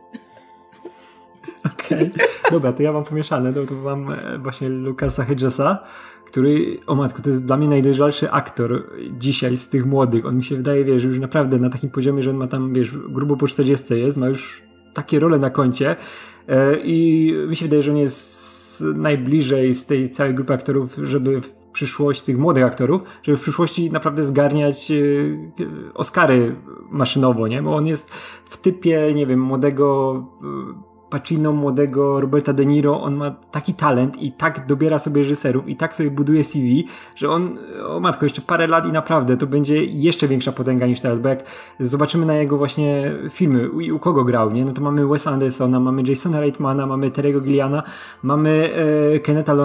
Okej. Dobra, to ja mam pomieszane. To mam właśnie Lucasa Hedgesa, który, o matko, to jest dla mnie najdojrzalszy aktor dzisiaj z tych młodych. On mi się wydaje, wiesz, już naprawdę na takim poziomie, że on ma tam, wiesz, grubo po 40 jest, ma już takie role na koncie i mi się wydaje, że on jest najbliżej z tej całej grupy aktorów, żeby w przyszłości, tych młodych aktorów, żeby w przyszłości naprawdę zgarniać Oscary maszynowo, nie? Bo on jest w typie, nie wiem, młodego Pacino, młodego Roberta De Niro, on ma taki talent i tak dobiera sobie reżyserów i tak sobie buduje CV, że on, o matko, jeszcze parę lat i naprawdę to będzie jeszcze większa potęga niż teraz, bo jak zobaczymy na jego właśnie filmy i u kogo grał, nie? No to mamy Wesa Andersona, mamy Jasona Reitmana, mamy Terry'ego Gilliana, mamy Kennetha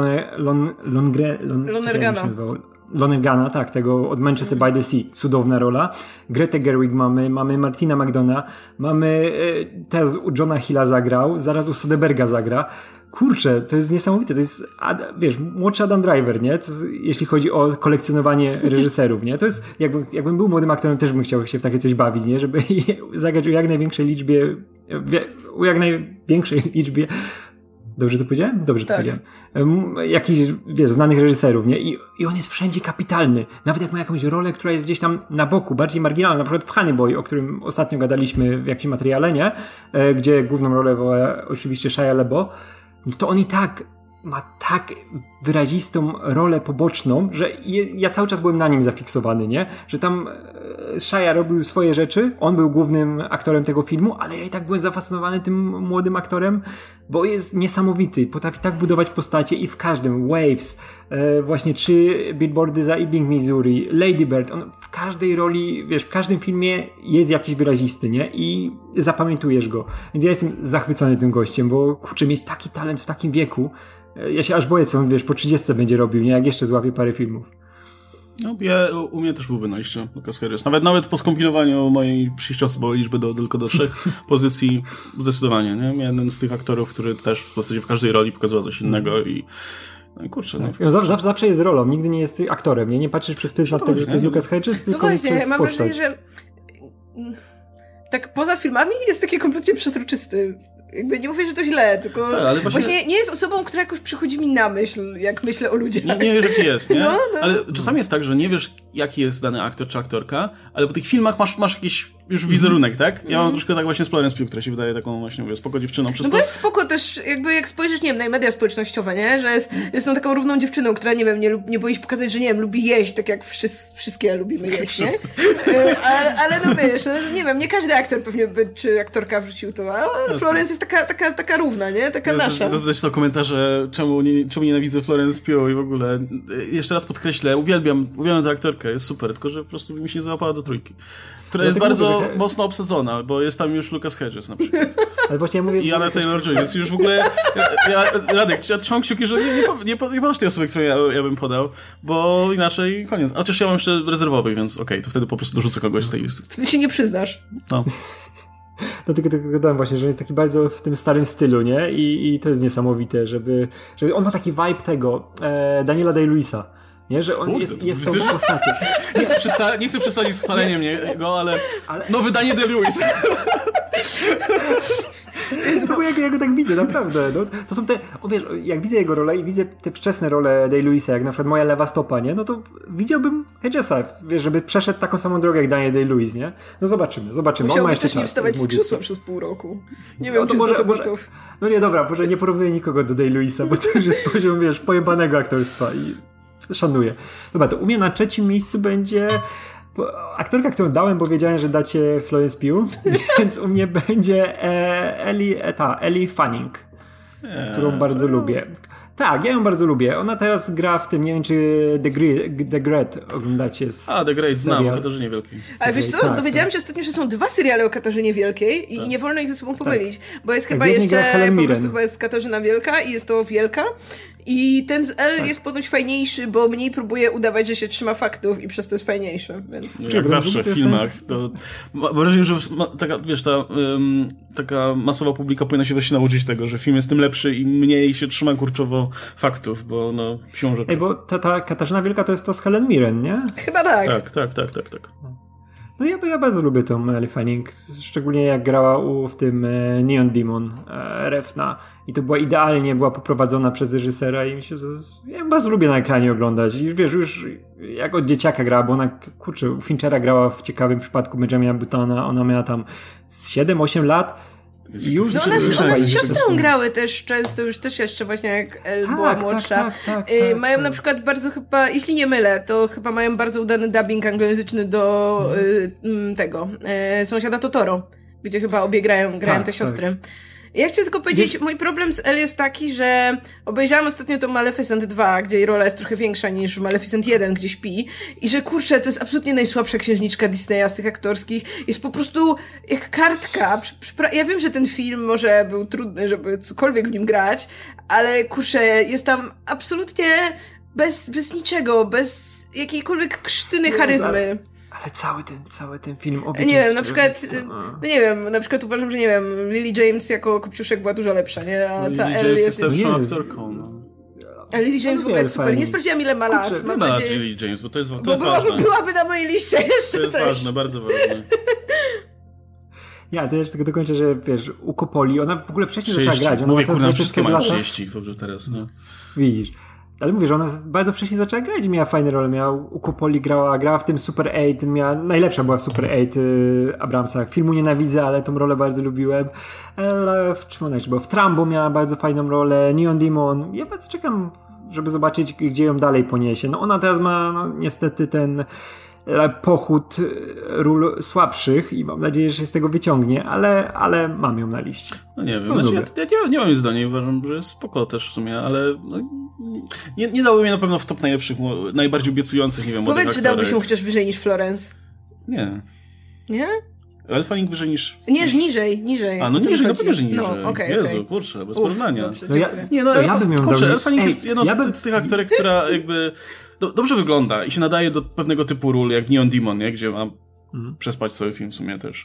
Lonergana, tak, tego od Manchester by the Sea, cudowna rola. Gretę Gerwig mamy Martina McDonaugh, mamy teraz u Johna Hilla zagrał, zaraz u Soderberga zagra. Kurczę, to jest niesamowite, to jest, wiesz, młodszy Adam Driver, nie? Jeśli chodzi o kolekcjonowanie reżyserów, nie? To jest, jakbym był młodym aktorem, też bym chciał się w takie coś bawić, nie? Żeby zagrać u jak największej liczbie Dobrze to powiedziałem? Dobrze to powiedziałem. Jakichś, wiesz, znanych reżyserów, nie? I on jest wszędzie kapitalny. Nawet jak ma jakąś rolę, która jest gdzieś tam na boku, bardziej marginalna, na przykład w Honey Boy, o którym ostatnio gadaliśmy w jakimś materiale, nie? Gdzie główną rolę była oczywiście Shia LaBeouf, to on i tak ma tak wyrazistą rolę poboczną, że ja cały czas byłem na nim zafiksowany, nie? Że tam Shia robił swoje rzeczy, on był głównym aktorem tego filmu, ale ja i tak byłem zafascynowany tym młodym aktorem, bo jest niesamowity, potrafi tak budować postacie i w każdym, Waves, właśnie czy Billboardy za Ebbing, Missouri, Lady Bird, on w każdej roli, wiesz, w każdym filmie jest jakiś wyrazisty, nie? I zapamiętujesz go. Więc ja jestem zachwycony tym gościem, bo kurczę, mieć taki talent w takim wieku, ja się aż boję, co on, wiesz, po 30 będzie robił, nie? Jak jeszcze złapie parę filmów. No, u mnie też byłby na liście Lucas Hedges. Nawet po skompilowaniu mojej przyjściosobowej liczby tylko do 3 pozycji zdecydowanie, nie? Jeden z tych aktorów, który też w zasadzie w każdej roli pokazywał coś innego i kurczę. No, zawsze jest rolą, nigdy nie jest aktorem, nie patrzysz przez pryzmat tego, że to jest Lucas Hedges, tylko no właśnie, to jest mam postać. wrażenie, że tak poza filmami jest takie kompletnie przezroczysty. Jakby nie mówię, że to źle, tylko tak, ale właśnie nie jest osobą, która jakoś przychodzi mi na myśl, jak myślę o ludziach. Nie wiesz, jaki jest, nie? No. Ale czasami jest tak, że nie wiesz, jaki jest dany aktor czy aktorka, ale po tych filmach masz jakiś już wizerunek, tak? Ja mam troszkę tak właśnie z Florence Pugh, która się wydaje taką właśnie, mówię, spoko dziewczyną. No to jest spoko też, jakby jak spojrzysz, nie wiem, na media społecznościowe, nie? Że jest tą taką równą dziewczyną, która, nie wiem, nie boi się pokazać, że nie wiem, lubi jeść, tak jak wszystkie lubimy jeść, nie? Ale no wiesz, no, nie wiem, nie każdy aktor pewnie by, czy aktorka wrzucił to, a Florence jest taka równa, nie? Taka nasza. Dodać to komentarze, czemu nienawidzę Florence Pugh i w ogóle. Jeszcze raz podkreślę, uwielbiam tę aktorkę, jest super, tylko że po prostu mi się nie załapała do trójki. Która jest bardzo mocno obsadzona, bo jest tam już Lucas Hedges na przykład. Ale właśnie ja mówię... I Anna Taylor-Joy, więc już w ogóle... Radek, ja trzymam kciuki, że nie podasz tej osoby, którą ja bym podał, bo inaczej koniec. Chociaż ja mam jeszcze rezerwowych, więc okej, to wtedy po prostu dorzucę kogoś z tej listy. Wtedy się nie przyznasz. No. No tylko dodałem właśnie, że on jest taki bardzo w tym starym stylu, nie? I to jest niesamowite, żeby on ma taki vibe tego Daniela Day-Lewisa. Nie, że on jest tą postacią. Nie chcę przesadzić z chwaleniem go, ale nowe Daniel Day-Lewis. Tylko ja go tak widzę, naprawdę. No, to są te, wiesz, jak widzę jego rolę i widzę te wczesne role Day-Lewisa, jak na przykład Moja lewa stopa, nie? No to widziałbym Hedgesa, wiesz, żeby przeszedł taką samą drogę jak Daniel Day-Lewis, nie? No zobaczymy. Musiałby też nie wstawać z krzesła przez pół roku. Nie wiem, czy jest do tego gotów. No nie, dobra, może nie porównuję nikogo do Day-Lewisa, bo to już jest poziom, wiesz, pojebanego aktorstwa i szanuję. Dobra, to u mnie na trzecim miejscu będzie aktorka, którą dałem, bo wiedziałem, że dacie Florence Pugh, więc u mnie będzie Ellie Fanning, którą bardzo lubię. Tak, ja ją bardzo lubię. Ona teraz gra w tym, nie wiem czy The Great oglądacie. The Great znam, o Katarzynie Wielkiej. Ale wiesz co, dowiedziałam się ostatnio, że są 2 seriale o Katarzynie Wielkiej i nie wolno ich ze sobą pomylić, bo jest chyba jeszcze po prostu chyba jest Katarzyna Wielka i jest to Wielka i ten z L jest ponoć fajniejszy, bo mniej próbuje udawać, że się trzyma faktów i przez to jest fajniejszy. Więc... Jak zawsze w filmach. To mam wrażenie, że taka, wiesz, taka masowa publika powinna się właśnie nauczyć tego, że film jest tym lepszy i mniej się trzyma kurczowo faktów, bo siłą rzeczy. Ej, bo ta Katarzyna Wielka to jest to z Helen Mirren, nie? Chyba tak. Tak. No ja bardzo lubię tą Ellie Fanning, szczególnie jak grała w tym Neon Demon Refna i to była poprowadzona przez reżysera i ja bardzo lubię na ekranie oglądać i wiesz, już jak od dzieciaka grała, bo ona, kurczę, u Finchera grała w ciekawym przypadku Benjamina Buttona, ona miała tam 7-8 lat. No one z siostrą grały też często, już też jeszcze właśnie jak Elle była młodsza. Mają na przykład bardzo chyba, jeśli nie mylę, to chyba mają bardzo udany dubbing anglojęzyczny do tego Sąsiada Totoro, gdzie chyba obie grają te siostry. Ja chcę tylko powiedzieć, mój problem z Elle jest taki, że obejrzałam ostatnio to Maleficent 2, gdzie jej rola jest trochę większa niż w Maleficent 1, gdzie śpi i że kurczę, to jest absolutnie najsłabsza księżniczka Disneya z tych aktorskich. Jest po prostu jak kartka. Ja wiem, że ten film może był trudny, żeby cokolwiek w nim grać, ale kurczę, jest tam absolutnie bez niczego, bez jakiejkolwiek krztyny charyzmy. Ale cały ten film nie wiem, na przykład na przykład uważam, że nie wiem, Lily James jako Kopciuszek była dużo lepsza, nie? A ta Elle jest lepszą aktorką. A Lily James w ogóle jest super. Nie sprawdziłam ile ma lat. Mam nadzieję, Lily James, bo to jest ważne. Byłaby na mojej liście jeszcze. To jest ważne, bardzo ważne. Ja też tylko dokończę, że wiesz, u Coppoli, ona w ogóle wcześniej zaczęła grać. Mówię, kurna, wszystkie mają 30 dobrze teraz, no. Widzisz. Ale mówię, że ona bardzo wcześnie zaczęła grać i miała fajne role. U Coppoli grała w tym Super 8, najlepsza była w Super 8 Abramsa. Filmu nienawidzę, ale tą rolę bardzo lubiłem. W czym ona jeszcze była? W Trumbo miała bardzo fajną rolę, Neon Demon. Ja bardzo czekam, żeby zobaczyć, gdzie ją dalej poniesie. No ona teraz ma niestety ten pochód ról słabszych i mam nadzieję, że się z tego wyciągnie, ale mam ją na liście. No nie wiem, ja nie mam nic do niej, uważam, że jest spoko też w sumie, ale nie dało mnie na pewno w top najlepszych, najbardziej obiecujących, nie wiem, młodych aktorek. Powiedz, czy dałby się chociaż wyżej niż Florence? Nie. Nie? Elle Fanning wyżej niż... Nie, niżej. A, no niżej, no pewnie, że niżej. No, okay, Jezu, kurczę, bez porównania. Dobrze, ja bym ją kurczę, Elle Fanning jest jedną z tych aktorek, która jakby dobrze wygląda i się nadaje do pewnego typu ról, jak w Neon Demon, nie? Gdzie mam przespać cały film w sumie też.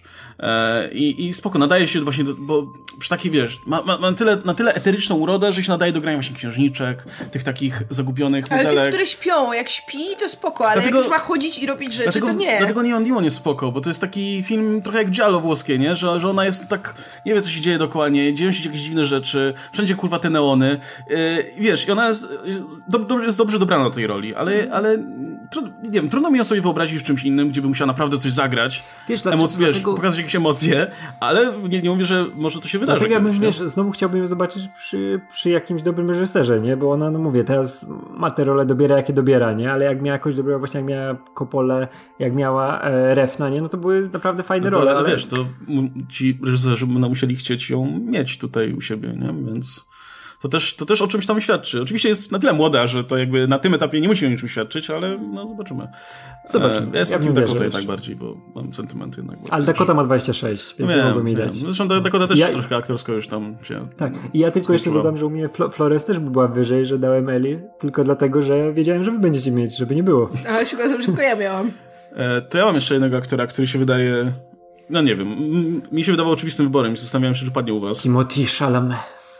I spoko, nadaje się właśnie bo przy takiej, wiesz, ma na tyle eteryczną urodę, że się nadaje do grania właśnie księżniczek, tych takich zagubionych modelek. Ale tych, które śpią, jak śpi, to spoko, ale jak już ma chodzić i robić rzeczy, to nie. Dlatego Neon Demon jest spoko, bo to jest taki film trochę jak Giallo włoskie, nie? Że ona jest tak, nie wie co się dzieje dokładnie, dzieją się jakieś dziwne rzeczy, wszędzie kurwa te neony. Wiesz, i ona jest dobrze dobrana do tej roli, ale nie wiem, trudno mi ją sobie wyobrazić w czymś innym, gdzie by musiała naprawdę coś zagrać, pokazać jakieś emocje, ale nie mówię, że może to się wydarzy. Dlatego ja bym, wiesz, znowu chciałbym ją zobaczyć przy jakimś dobrym reżyserze, nie? Bo ona, no mówię, teraz ma te role, dobiera jakie dobiera, nie? Ale jak miała jakoś dobrego, właśnie jak miała Coppolę, jak miała Refna, nie? No to były naprawdę fajne role. Ale wiesz, to ci reżyserzy będą musieli chcieć ją mieć tutaj u siebie, nie? Więc... To też o czymś tam świadczy. Oczywiście jest na tyle młoda, że to jakby na tym etapie nie musi o niczym świadczyć, ale no zobaczymy. Ja jestem tym Dakota jednak bardziej, bo mam sentymenty jednak. Ale Dakota ma 26, więc nie mogłem jej dać. Zresztą Dakota też troszkę aktorsko już tam się... Tak. I ja tylko jeszcze dodam, że u mnie Flores też była wyżej, że dałem Ellie, tylko dlatego, że wiedziałem, że wy będziecie mieć, żeby nie było. A się okazuje, że tylko ja miałam. To ja mam jeszcze jednego aktora, który się wydaje... No nie wiem. Mi się wydawał oczywistym wyborem i zastanawiałem się, czy padnie u was. Timothée Chalamet.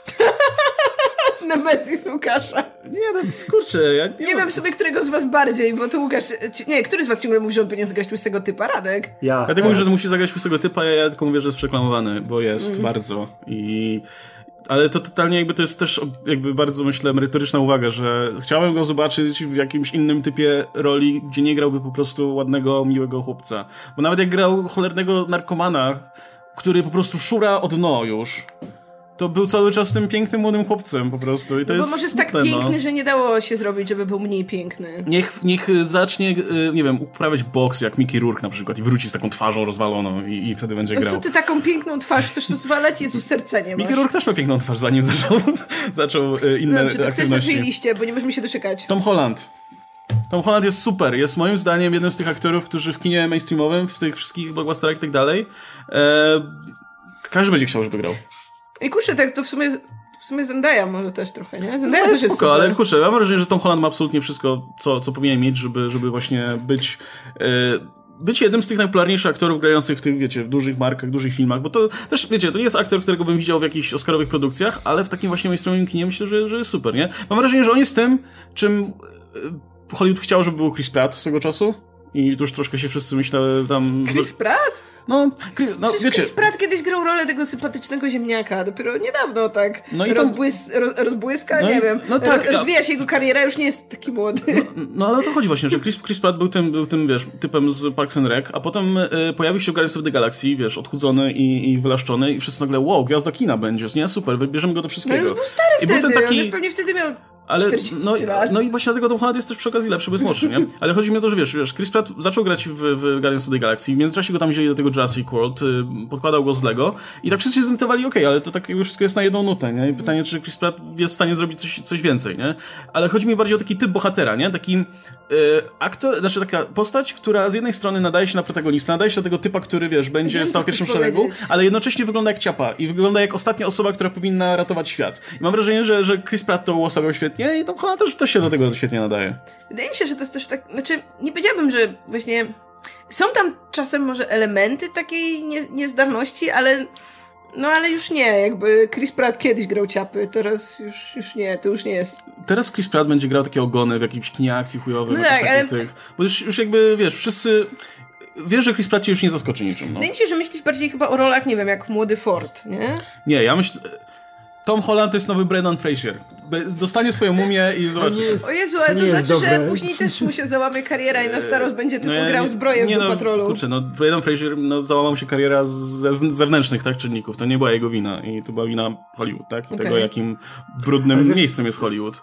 Nemesis Łukasza. Nie, no kurczę, ja nie wiem w sobie, którego z was bardziej, bo to Łukasz... Nie, który z was ciągle mówi, że on powinien zagrać łysego typa? Radek? Ja tak mówię, że musi zagrać łysego typa, ja tylko mówię, że jest przeklamowany, bo jest bardzo. Ale to totalnie jakby to jest też jakby bardzo, myślę, merytoryczna uwaga, że chciałem go zobaczyć w jakimś innym typie roli, gdzie nie grałby po prostu ładnego, miłego chłopca. Bo nawet jak grał cholernego narkomana, który po prostu szura o dno już, to był cały czas tym pięknym młodym chłopcem po prostu. I to jest bo może jest smutne, tak piękny, że nie dało się zrobić, żeby był mniej piękny. Niech zacznie, nie wiem, uprawiać boks jak Mickey Rourke na przykład i wróci z taką twarzą rozwaloną i wtedy będzie grał. Co ty taką piękną twarz chcesz rozwalać? Jezu, serce nie masz. Mickey Rourke też ma piękną twarz, zanim zaczął inne Dobrze, to ktoś na aktywności. liście, bo nie możemy się doczekać. Tom Holland. Tom Holland jest super. Jest moim zdaniem jednym z tych aktorów, którzy w kinie mainstreamowym, w tych wszystkich blockbusterach i tak dalej, każdy będzie chciał, żeby grał. I kurczę, tak to w sumie Zendaya może też trochę, nie? Zendaya też jest super. Ale kurczę, ja mam wrażenie, że Tom Holland ma absolutnie wszystko, co powinien mieć, żeby właśnie być jednym z tych najpopularniejszych aktorów grających w tych, wiecie, w dużych markach, dużych filmach, bo to też, wiecie, to nie jest aktor, którego bym widział w jakichś oscarowych produkcjach, ale w takim właśnie mainstreamowym kinie myślę, że jest super, nie? Mam wrażenie, że on jest tym, czym Hollywood chciał, żeby był Chris Pratt swego czasu i tu już troszkę się wszyscy myślę tam... Chris Pratt? No przecież wiecie... Chris Pratt kiedyś grał rolę tego sympatycznego ziemniaka, dopiero niedawno tak rozbłyska, nie wiem, rozwija się jego kariera, już nie jest taki młody. No ale o to chodzi właśnie, że Chris Pratt był tym, wiesz, typem z Parks and Rec, a potem pojawił się w Guardians of the Galaxy, wiesz, odchudzony i wylaszczony i wszyscy nagle, wow, gwiazda kina będzie, nie? Super, bierzemy go do wszystkiego. No już był stary I wtedy, był ten taki... on już pewnie wtedy miał... Ale, 40 lat. No i właśnie dlatego Tom Holland jest też przy okazji lepszy, bo jest młodszy, nie? Ale chodzi mi o to, że wiesz, Chris Pratt zaczął grać w Guardians of the Galaxy, w międzyczasie go tam wzięli do tego Jurassic World, podkładał go z Lego i tak wszyscy się zorientowali, okej, ale to tak jakby wszystko jest na jedną nutę, nie? I pytanie, czy Chris Pratt jest w stanie zrobić coś więcej, nie? Ale chodzi mi bardziej o taki typ bohatera, nie? Taki aktor, znaczy taka postać, która z jednej strony nadaje się na protagonistę, nadaje się do tego typa, który, wiesz, będzie stał w pierwszym szeregu, ale jednocześnie wygląda jak ciapa i wygląda jak ostatnia osoba, która powinna ratować świat. I mam wrażenie, że Chris Pratt to uosabiał świetnie i Tom Holland też się do tego świetnie nadaje. Wydaje mi się, że to jest też tak, znaczy nie powiedziałabym, że właśnie są tam czasem może elementy takiej niezdarności, ale już nie, jakby Chris Pratt kiedyś grał ciapy, teraz już nie, to już nie jest. Teraz Chris Pratt będzie grał takie ogony w jakimś kinie akcji chujowym, no tak, ale... bo już jakby, wiesz, wszyscy... Wiesz, że Chris Pratt cię już nie zaskoczy niczym. No. Wydaje mi się, że myślisz bardziej chyba o rolach, nie wiem, jak młody Ford, nie? Nie, ja myślę... Tom Holland to jest nowy Brendan Fraser. Dostanie swoją mumię i zobaczy. O Jezu, ale to znaczy, że później też mu się załamie kariera i na starość będzie tylko grał zbroję w Patrolu. Kurczę, Brendan Fraser, załamał mu się kariera z zewnętrznych tak czynników. To nie była jego wina i to była wina Hollywood, tak? I tego, jakim brudnym miejscem jest Hollywood.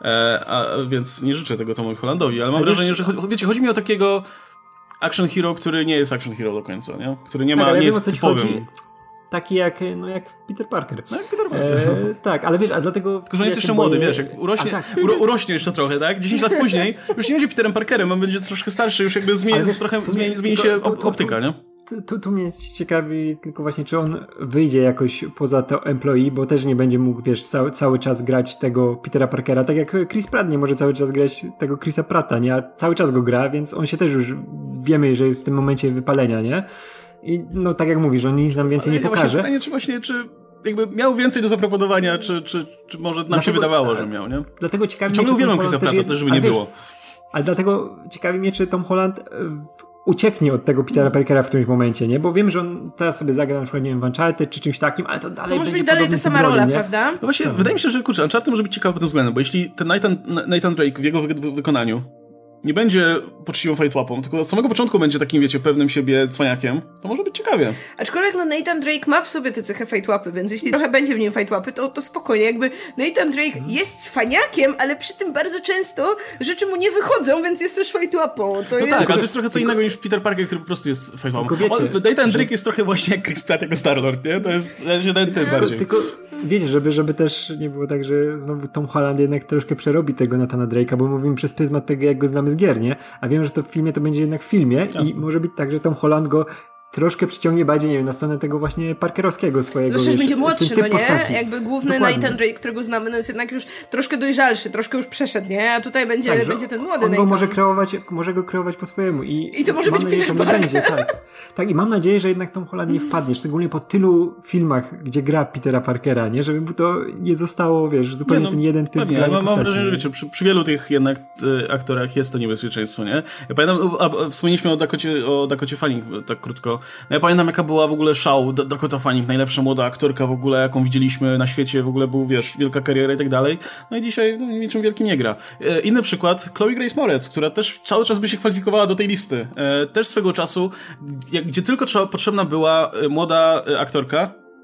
Więc nie życzę tego Tomowi Hollandowi, ale mam wrażenie, że wiecie, chodzi mi o takiego action hero, który nie jest action hero do końca, nie? Który nie jest typowym. Taki jak Peter Parker. No jak Peter Parker. Tak, ale wiesz, a dlatego... Tylko, że on jest jeszcze młody, wiesz, jak urośnie jeszcze trochę, tak? 10 lat później już nie będzie Peterem Parkerem, on będzie troszkę starszy, już jakby zmieni się optyka, nie? Tu mnie ciekawi tylko właśnie, czy on wyjdzie jakoś poza to employee, bo też nie będzie mógł, wiesz, cały czas grać tego Petera Parkera, tak jak Chris Pratt nie może cały czas grać tego Chrisa Pratta, nie? A cały czas go gra, więc on się też już wiemy, że jest w tym momencie wypalenia, nie? I tak jak mówisz, on nic nam więcej nie pokaże. Pytanie, czy jakby miał więcej do zaproponowania, czy może nam się wydawało, że miał, nie? Dlatego ciekawi mnie, ciągle uwielbiam Chrisa Pratta, też żeby nie było. Ale dlatego ciekawi mnie, czy Tom Holland ucieknie od tego Petera Parkera w którymś momencie, nie? Bo wiem, że on teraz sobie zagra na przykład, nie wiem, w Uncharted czy czymś takim, ale to dalej to może być dalej ta sama rola, prawda? No właśnie, wydaje mi się, że Uncharted może być ciekawy pod tym względem, bo jeśli ten Nathan Drake w jego wykonaniu nie będzie poczciwą fajtłapą, tylko od samego początku będzie takim, wiecie, pewnym siebie cwaniakiem, to może być ciekawie. Aczkolwiek Nathan Drake ma w sobie tę cechę fajtłapy, więc jeśli trochę będzie w nim fajtłapy, to spokojnie, jakby Nathan Drake jest cwaniakiem, ale przy tym bardzo często rzeczy mu nie wychodzą, więc jest też fajtłapą. Tak, ale to jest trochę co innego niż Peter Parker, który po prostu jest fajtłapą. Nathan Drake jest trochę właśnie jak Chris Pratt jako Star-Lord, nie? To jest ten typ bardziej. Tylko wiecie, żeby też nie było tak, że znowu Tom Holland jednak troszkę przerobi tego Nathana Drake'a, bo mówimy przez pryzmat tego, jak go znamy z gier, nie? A wiem, że to w filmie to będzie jednak w filmie. Jasne. I może być tak, że Tom Holland go troszkę przyciągnie bardziej, nie wiem, na stronę tego właśnie parkerowskiego swojego. Zresztą będzie młodszy, no nie? Postaci. Jakby główny Nathan Drake, którego znamy, jest jednak już troszkę dojrzalszy, troszkę już przeszedł, nie? A tutaj będzie ten młody Nathan. On może go kreować po swojemu. I to może być Peter Parker. Będzie, tak, i mam nadzieję, że jednak Tom Holland nie wpadnie, szczególnie po tylu filmach, gdzie gra Petera Parkera, nie? Żeby mu to nie zostało, wiesz, zupełnie ten jeden typ grania postaci. Mam wrażenie, że wiecie, przy wielu tych jednak aktorach jest to niebezpieczeństwo, nie? Ja pamiętam, wspomnieliśmy o Dakocie Fanning tak krótko. Ja pamiętam, jaka była w ogóle szał Dakota Fanning, najlepsza młoda aktorka w ogóle, jaką widzieliśmy na świecie, w ogóle był, wiesz, wielka kariera i tak dalej. No i dzisiaj niczym wielkim nie gra. Inny przykład, Chloe Grace Moretz, która też cały czas by się kwalifikowała do tej listy. Też swego czasu, gdzie tylko potrzebna była młoda aktorka,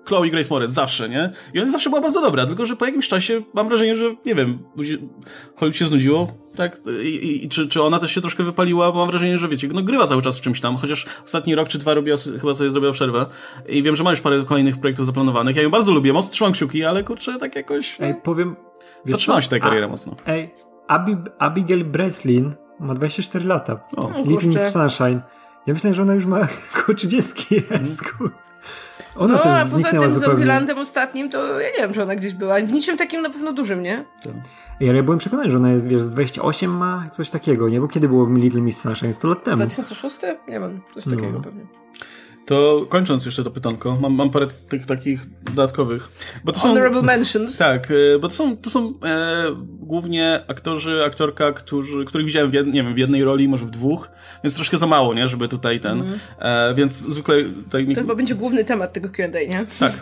Chloe Grace Moretz, zawsze, nie? I ona zawsze była bardzo dobra, tylko że po jakimś czasie mam wrażenie, że, nie wiem, Hollywood się znudziło, tak? I czy ona też się troszkę wypaliła, bo mam wrażenie, że wiecie, no grywa cały czas w czymś tam, chociaż ostatni rok czy 2 chyba sobie zrobiła przerwę i wiem, że ma już parę kolejnych projektów zaplanowanych. Ja ją bardzo lubię, mocno trzymam kciuki, ale kurczę, tak jakoś... No, powiem... zatrzymała się ta kariera mocno. Abigail Breslin ma 24 lata. Little Miss Sunshine. Ja myślę, że ona już ma koło 30 jest. Ona też a poza tym zupełnie. z Zombielandem ostatnim, to ja nie wiem, czy ona gdzieś była. W niczym takim na pewno dużym, nie? Ja byłem przekonany, że ona jest, wiesz, z 28 ma coś takiego, nie? Bo kiedy było Little Miss Sunshine? 100 lat temu. 2006? Nie wiem, coś takiego pewnie. To kończąc jeszcze to pytanko, mam parę tych takich dodatkowych. Bo to są, Honorable mentions. Tak, bo to są głównie aktorzy, aktorka, których widziałem w jednej roli, może w 2, więc troszkę za mało, nie, żeby tutaj więc zwykle... Tutaj to chyba będzie główny temat tego Q&A, nie? Tak.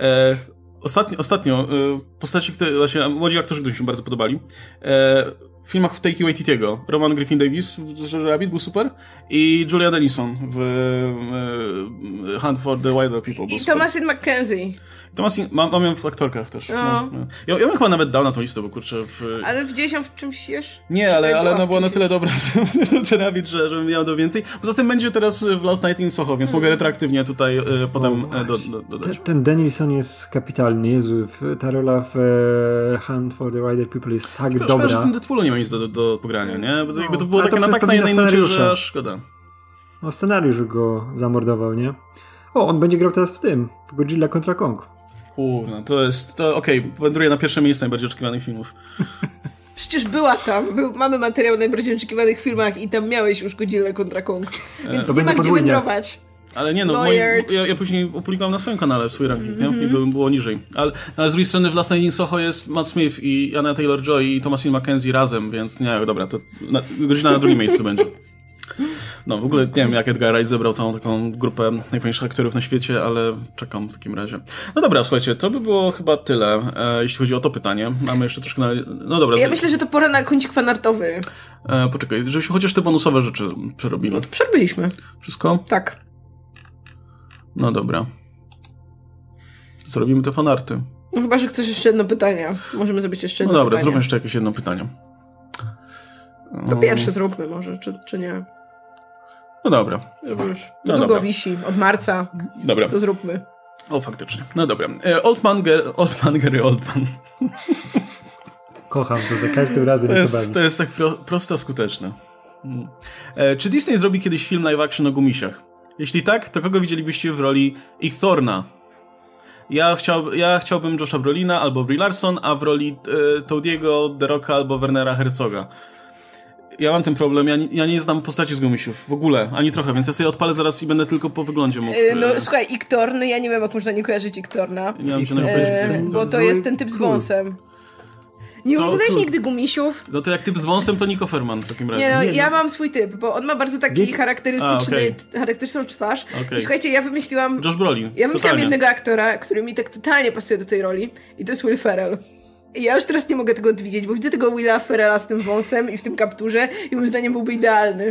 Ostatnio postaci, które właśnie młodzi aktorzy, którzy mi się bardzo podobali, w filmach Taiki Waititiego. Roman Griffin Davis w Rabbit był super i Julia Dennison w Hunt for the Wilder People był I super. Thomasin McKenzie. Mam ją w aktorkach też. No. Ja bym chyba nawet dał na tą listę, bo kurczę... Ale widziałeś ją w czymś jeszcze? Nie, ale ona była na tyle dobra w Rabbit, że miał do więcej. Poza tym będzie teraz w Last Night in Soho, więc mogę retroaktywnie tutaj potem dodać. Ten Dennison jest kapitalny. Jezu, ta rola w Hunt for the Wilder People jest tak dobra. Szkoda, że w tym Deadpoolu nie ma nic do pogrania, nie? Bo to było takie na tak na jednej nucie, że aż szkoda. No, scenariusz go zamordował, nie? On będzie grał teraz w Godzilla kontra Kong. Kurna, okej, wędruje na pierwsze miejsce najbardziej oczekiwanych filmów. Przecież była tam. Mamy materiał o najbardziej oczekiwanych filmach i tam miałeś już Godzilla kontra Kong. Więc nie ma gdzie wędrować. Ale nie no, ja później opublikowałem na swoim kanale swój ranking, nie? I było niżej. Ale z drugiej strony w Last Night in Soho jest Matt Smith i Anna Taylor-Joy i Thomasin McKenzie razem, więc nie, dobra, to Godzilla na drugim miejscu będzie. No, w ogóle nie wiem, jak Edgar Wright zebrał całą taką grupę najfajniejszych aktorów na świecie, ale czekam w takim razie. No dobra, słuchajcie, to by było chyba tyle, jeśli chodzi o to pytanie. Mamy jeszcze troszkę no dobra. Ja myślę, że to pora na kącik fanartowy. Poczekaj, żebyśmy chociaż te bonusowe rzeczy przerobili. No to przerobiliśmy. Wszystko? Tak. No dobra. Zrobimy te fanarty. No chyba, że chcesz jeszcze jedno pytanie. Możemy zrobić jeszcze jedno pytanie. No dobra, zróbmy jeszcze jakieś jedno pytanie. To pierwsze zróbmy może, czy nie? No dobra. Już długo wisi, od marca. Dobra. To zróbmy. O, faktycznie. No dobra. Oldman. Kocham to za każdym razem. To jest tak prosto skuteczne. Czy Disney zrobi kiedyś film live action o gumisiach? Jeśli tak, to kogo widzielibyście w roli ich Thorna? Ja chciałbym Josha Brolina albo Brie Larson, a w roli Toadiego, The Rocka albo Wernera Herzoga. Ja mam ten problem, ja nie znam postaci z gumisiów w ogóle, ani trochę, więc ja sobie odpalę zaraz i będę tylko po wyglądzie mógł... No słuchaj, Iktorn, ja nie wiem, jak można nie kojarzyć Iktorna. Nie mam żadnego pojęcia. Bo to jest ten typ z wąsem. Nie oglądałeś nigdy gumisiów? No to jak typ z wąsem, to Nick Offerman w takim razie. Ja mam swój typ, bo on ma bardzo taki charakterystyczną twarz. I słuchajcie, ja wymyśliłam... Josh Brolin. Ja wymyśliłam jednego aktora, który mi tak totalnie pasuje do tej roli i to jest Will Ferrell. I ja już teraz nie mogę tego odwidzieć, bo widzę tego Willa Ferrella z tym wąsem i w tym kapturze i moim zdaniem byłby idealny.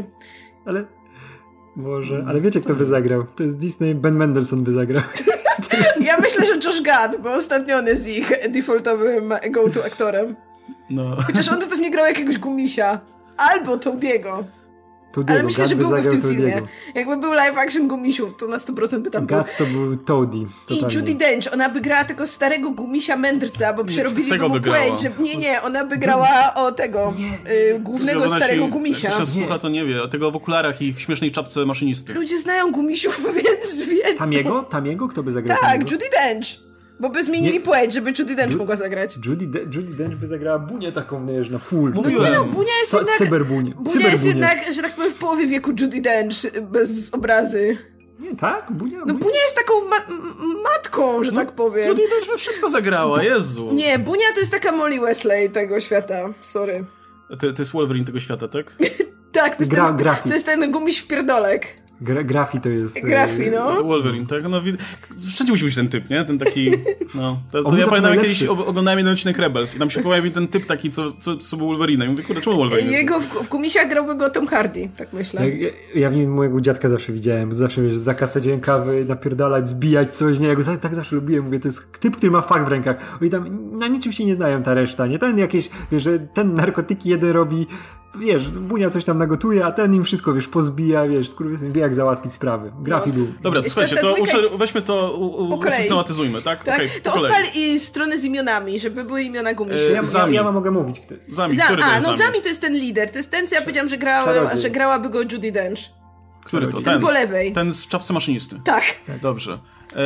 Ale wiecie, kto by zagrał? To jest Disney, Ben Mendelsohn by zagrał. Ja myślę, że Josh Gad, bo ostatnio on jest ich defaultowym go-to aktorem. No. Chociaż on by pewnie grał jakiegoś gumisia. Albo Toadiego. Ale myślę, że byłby w tym filmie. Jakby był live action gumisiów, to na 100% by tam był. Gad to był Toady. I Judi Dench, ona by grała tego starego gumisia mędrca, bo przerobili go mu płeć. Nie, ona by grała o tego głównego starego gumisia. Jak się słucha, to nie wie. O tego w okularach i w śmiesznej czapce maszynisty. Ludzie znają gumisiów, więc... Tamiego? Kto by zagrał? Tak, Judi Dench. Bo by zmienili płeć, żeby Judi Dench mogła zagrać. Judi Dench by zagrała Bunię taką, wiesz, na full. Bunia jest jednak... Cyberbunię. Bunia jest jednak, że tak powiem, w połowie wieku Judi Dench, bez obrazy. Nie, tak? Bunia jest taką matką, że tak powiem. Judi Dench by wszystko zagrała, Jezu. Nie, Bunia to jest taka Molly Wesley tego świata, sorry. To jest Wolverine tego świata, tak? Tak, to jest ten gumiś w pierdolek. Grafi to jest... Grafi, no. Wolverine, tak? No, wszędzie musi być ten typ, nie? Ten taki, no... To ja pamiętam, jak kiedyś oglądałem jeden odcinek Rebels i tam się pojawił ten typ taki, co był Wolverine. I mówię, kurde, czemu Wolverine? Jego w Kumisiach grałby go Tom Hardy, tak myślę. Ja w nim mojego dziadka zawsze widziałem, bo zawsze, wiesz, zakasać rękawy, napierdalać, zbijać coś, nie? Ja go tak zawsze lubiłem, mówię, to jest typ, który ma fach w rękach. Oni tam na niczym się nie znają, ta reszta, nie? Ten jakieś, wiesz, że ten narkotyki jeden robi, wiesz, Bunia coś tam nagotuje, a ten im wszystko, wiesz, pozbija, wiesz, skurwysyn wie jak załatwić sprawy. Grafi był. Dobra, to słuchajcie, to weźmy to, usystematyzujmy, tak? Tak, okay, to odpal i strony z imionami, żeby były imiona Gumisiów. Ja mogę mówić, kto jest. Zami, który to jest Zami? Zami to jest ten lider, to jest ten, co ja powiedziałam, że grałaby go Judi Dench. Który to? Ten po lewej. Ten z czapce maszynisty. Tak. Dobrze.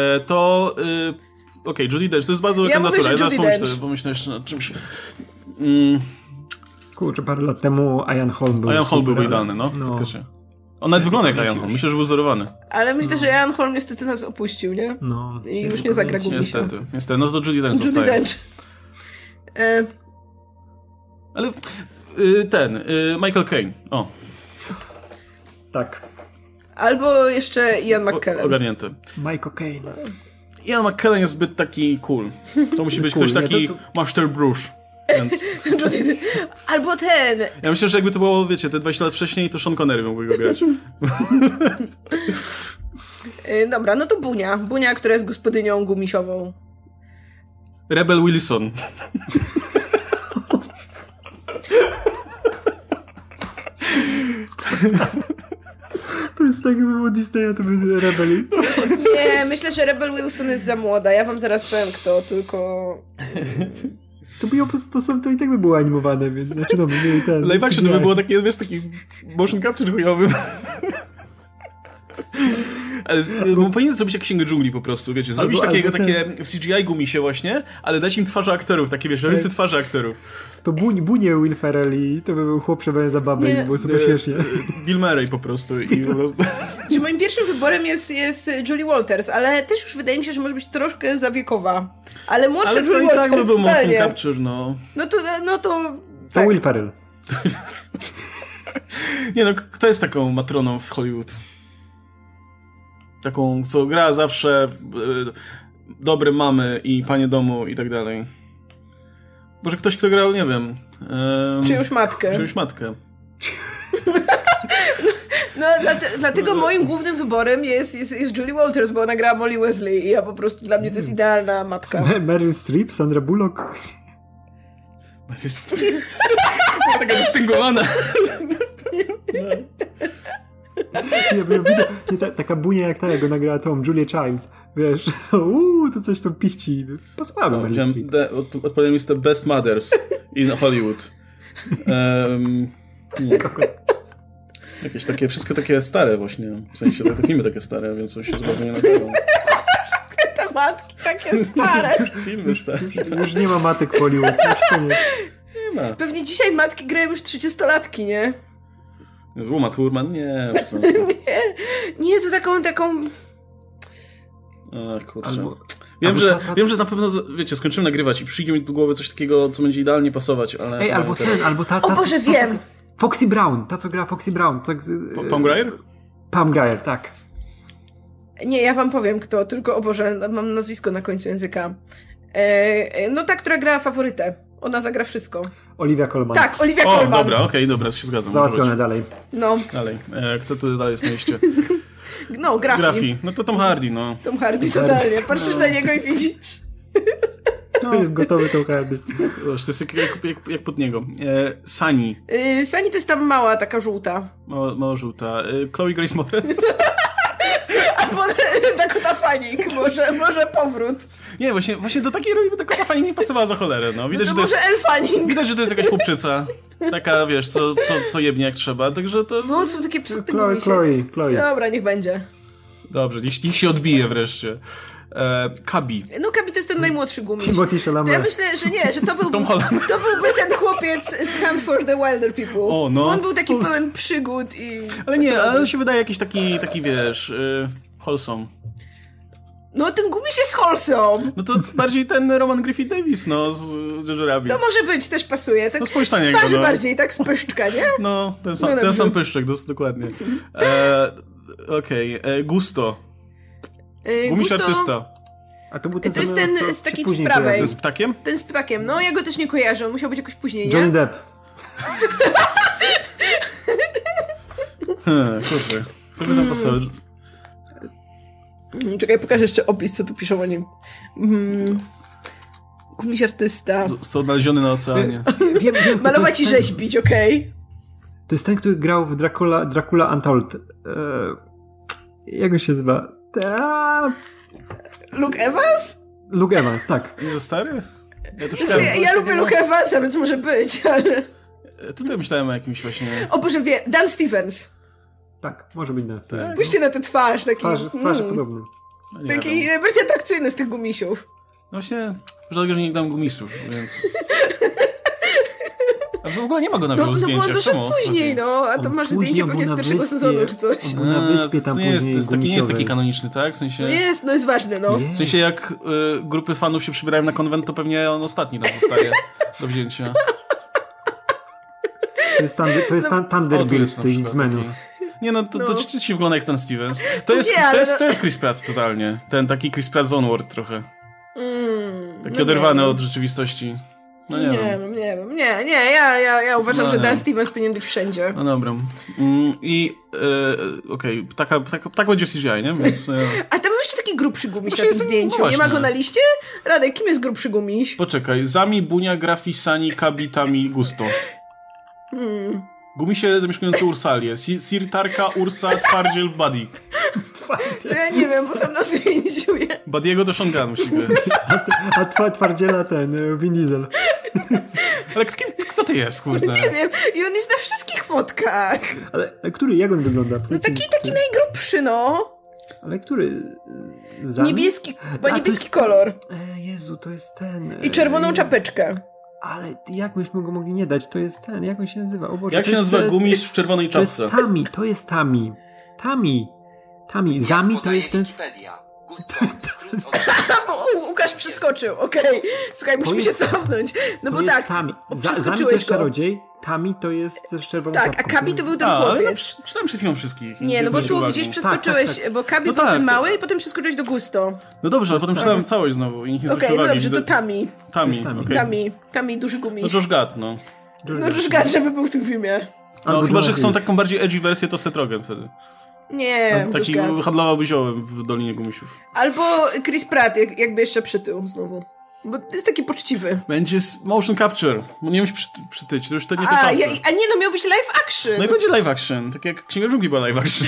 Okej, Judi Dench, to jest bardzo kandydatura. Ja zaraz pomyślę jeszcze nad czymś. Kurczę, parę lat temu Ian Holm był. Ian Holm był idealny, no. Faktycznie. On nawet wygląda jak Ian Holm. Myślę, że był wzorowany. Ale myślę, że Ian Holm niestety nas opuścił, nie? No. I już nie zagra Gumisia. Niestety. No to Judi Dench zostaje. Judi Dench. Ale Michael Caine. O. Tak. Albo jeszcze Ian McKellen. Ogarnięty. Michael Caine. Ian McKellen jest zbyt taki cool. To musi być ktoś taki Master Bruce. Więc... Albo ten. Ja myślę, że jakby to było, wiecie, te 20 lat wcześniej, to Sean Connery mógłby go grać. Dobra, no to Bunia. Bunia, która jest gospodynią gumisiową. Rebel Wilson. To jest tak, jakby było Disneya, to by Rebel. Nie, myślę, że Rebel Wilson jest za młoda. Ja wam zaraz powiem kto, tylko... To i tak by było animowane, więc znaczy no, mieli ten... Live action to by było takie, wiesz, taki motion capture chujowy. Ale powinien zrobić jak Księgę Dżungli po prostu, wiecie, zrobić takie w CGI gumisie właśnie, ale dać im twarze aktorów, takie wiesz, rysy twarzy aktorów. To Bunie Will Ferrell i to by był chłop przebrany za babę i było super śmiesznie. Bill Murray po prostu. Moim pierwszym wyborem jest Julie Walters, ale też już wydaje mi się, że może być troszkę zawiekowa. Ale młodsza Julie Walters tak by był motion capture, no. No to tak. To Will Ferrell. Nie no, kto jest taką matroną w Hollywood? Taką, co gra zawsze dobre mamy i panie domu i tak dalej. Może ktoś, kto grał, nie wiem... Czyjąś matkę. No, dlatego moim głównym wyborem jest Julie Walters, bo ona grała Molly Weasley i ja po prostu, dla mnie to jest idealna matka. Meryl Streep, Sandra Bullock. Meryl Streep? Taka dystyngowana. Ja bym widział, taka bunia jak ta, jak go nagrała tą Julia Child. Wiesz, to coś tam pichci. Posłuchamy Meryl Streep. Odpowiedź jest Best Mothers in Hollywood. Jakieś takie, wszystko takie stare właśnie. W sensie, te filmy takie stare, więc coś się zupełnie nie nagrywało. Te matki takie stare. Filmy stare. Już nie ma matek w Hollywood. Nie ma. Pewnie dzisiaj matki grają już 30-latki, nie? Uma Thurman? Nie. Nie, to taką... Ach, kurczę. Wiem, że na pewno, wiecie, skończymy nagrywać i przyjdzie mi do głowy coś takiego, co będzie idealnie pasować, ale... Ej, albo ta... O Boże, wiem! Foxy Brown, ta co gra Foxy Brown. Pam Grier? Pam Grier, tak. Nie, ja wam powiem kto, tylko o Boże, mam nazwisko na końcu języka. No ta, która gra faworytę. Ona zagra wszystko. Olivia Colman. Tak, Olivia Colman. Dobra, okej, dobra, się zgadzam. Załatwione dalej. No. Dalej. Kto tu dalej jest na liście? No, Grafi. No to Tom Hardy, no. Tom Hardy, totalnie. Patrzysz na niego i widzisz. To jest gotowy Tom Hardy. To jest jak pod niego. Sunny. Sunny to jest tam mała, taka żółta. Mała żółta. Chloe Grace Moretz. Albo Dakota Fanning, może powrót. Nie, właśnie do takiej roli Dakota Fanning nie pasowała za cholerę. No. Widać, no to może Elle Fanning. Widać, że to jest jakaś chłopczyca. Taka, wiesz, co jebnie jak trzeba, także to... No, są takie Chloe. Dobra, niech będzie. Dobrze, niech się odbije wreszcie. Kabi. No Kabi to jest ten najmłodszy gumiś. To ja myślę, że nie, że to byłby ten chłopiec z Hunt for the Wilder People. O, no. On był taki pełen przygód i... Ale nie, ale się wydaje jakiś taki wiesz, wholesome. No ten gumiś jest wholesome. No to bardziej ten Roman Griffith Davis, no, z Jojo Rabbit. To może być, też pasuje. Tak, no spójrz na niego, twarzy bardziej, tak z pyszczka, nie? No, ten sam pyszczek, dokładnie. Okej, Gusto. Gumiś Gusto... artysta. A to był ten, To jest co ten się z takim później z prawej. pojawił. Z ptakiem? Ten z ptakiem. No, ja go też nie kojarzę, on musiał być jakoś później, nie? Johnny Depp. Kurczę. Co by tam pasowało? Czekaj, pokażę jeszcze opis, co tu piszą o nim. Gumiś artysta. Został odnaleziony na oceanie. Wiem, Malować i rzeźbić, okej. To jest ten, który grał w Dracula Untold. Jak on się nazywa? Luke Evans? Luke Evans, tak. Nie za stary? Ja to Znaczy, ja lubię Luke Evansa, więc może być, ale... Tutaj myślałem o jakimś właśnie... O Boże, Dan Stevens. Tak, może być na tak. Spójrzcie na tę twarz, taki... Twarz podobny. No, nie Taki wiadomo. bardziej atrakcyjny z tych gumisiów. No właśnie, dlatego, że nie dam gumisów, więc... A w ogóle nie ma go na wielu No bo zdjęciach. on doszedł Czemu? później, no. A to On masz później zdjęcie był pewnie z na pierwszego wyspie. sezonu, czy coś. On był na wyspie tam to nie jest, później to jest taki, nie jest taki gumisiowej. kanoniczny, tak? W sensie... No jest ważny, no. W sensie jak grupy fanów się przybierają na konwent, to pewnie on ostatni tam zostaje do wzięcia. To jest O, tu Thunderbolt jest na tych przykład X-Menów. taki. Nie no, to ci wygląda jak ten Stevens. To jest, Nie, ale to jest Chris Pratt totalnie. Ten taki Chris Pratt z Onward trochę. Taki no oderwany nie od rzeczywistości. No nie wiem. Nie, ja uważam, No że nie. Dan Stevens powinien być wszędzie. No dobra. I okej, tak będzie w CGI, nie? Więc... A tam był jeszcze taki grubszy gumiś Właśnie na tym jestem- zdjęciu. no Nie ma właśnie. go na liście? Radek, kim jest grubszy gumiś? Poczekaj. Zami, Bunia, Grafi, Sani, Kabi, Tami, Gusto. Gumisie zamieszkujący Ursalię. Sirtarka, Ursa, Twardziel, Buddy. To ja nie wiem, bo tam na zdjęciu jest. Buddy'ego to Shongan musi być. A twardziela ten, Vin Diesel. Ale kto to jest, kurde? Nie wiem. I on jest na wszystkich fotkach. Ale który, jak on wygląda? No taki najgrubszy, no. Ale który? Zami? Niebieski, to niebieski jest- kolor. Jezu, to jest ten. I czerwoną czapeczkę. Ale jak myśmy go mogli nie dać? To jest ten, jak on się nazywa? O Boże, Jak to się jest, nazywa gumiś w czerwonej To jest czapce? Tami. Zami to jest ten... O, Łukasz przeskoczył, okej. Słuchaj, musimy się jest- cofnąć. No To bo jest tak, Tami. Zami to przeskoczyłeś jest go. czarodziej, Tami to jest też czerwona Tak, a czapką. Kabi to był ten Ale ja chłopiec. czytałem przed chwilą wszystkich. Nie, no bo zwrócił tu uwagi. widzisz, przeskoczyłeś, tak. bo Kabi No był tak, ten to- mały i potem przeskoczyłeś do Gusto. No dobrze, ale potem czytałem całość znowu i nikt nie Okej, zwrócił no uwagi. dobrze, to Tami. Tami, Tami. okej. Tami, duży No gumiś. Josh Gad, no. No Josh żeby był w tym filmie. No Albo chyba, że Jonah chcą Hill. taką bardziej edgy wersję, to Seth Rogen wtedy. Nie, Taki Josh Gad. handlowałby ziołem w Dolinie Gumisiów. Albo Chris Pratt, jakby jeszcze przytył znowu. Bo jest taki poczciwy. Będzie motion capture, bo nie musi przytyć, to już to nie te czasy. A nie, no miał być live action. No i będzie live action, tak jak Księga Dżungli była live action.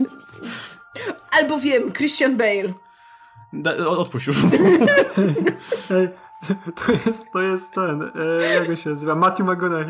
Albo wiem, Christian Bale. Odpuść już. Ej, to jest ten, jak on się nazywa? Matthew McConaughey.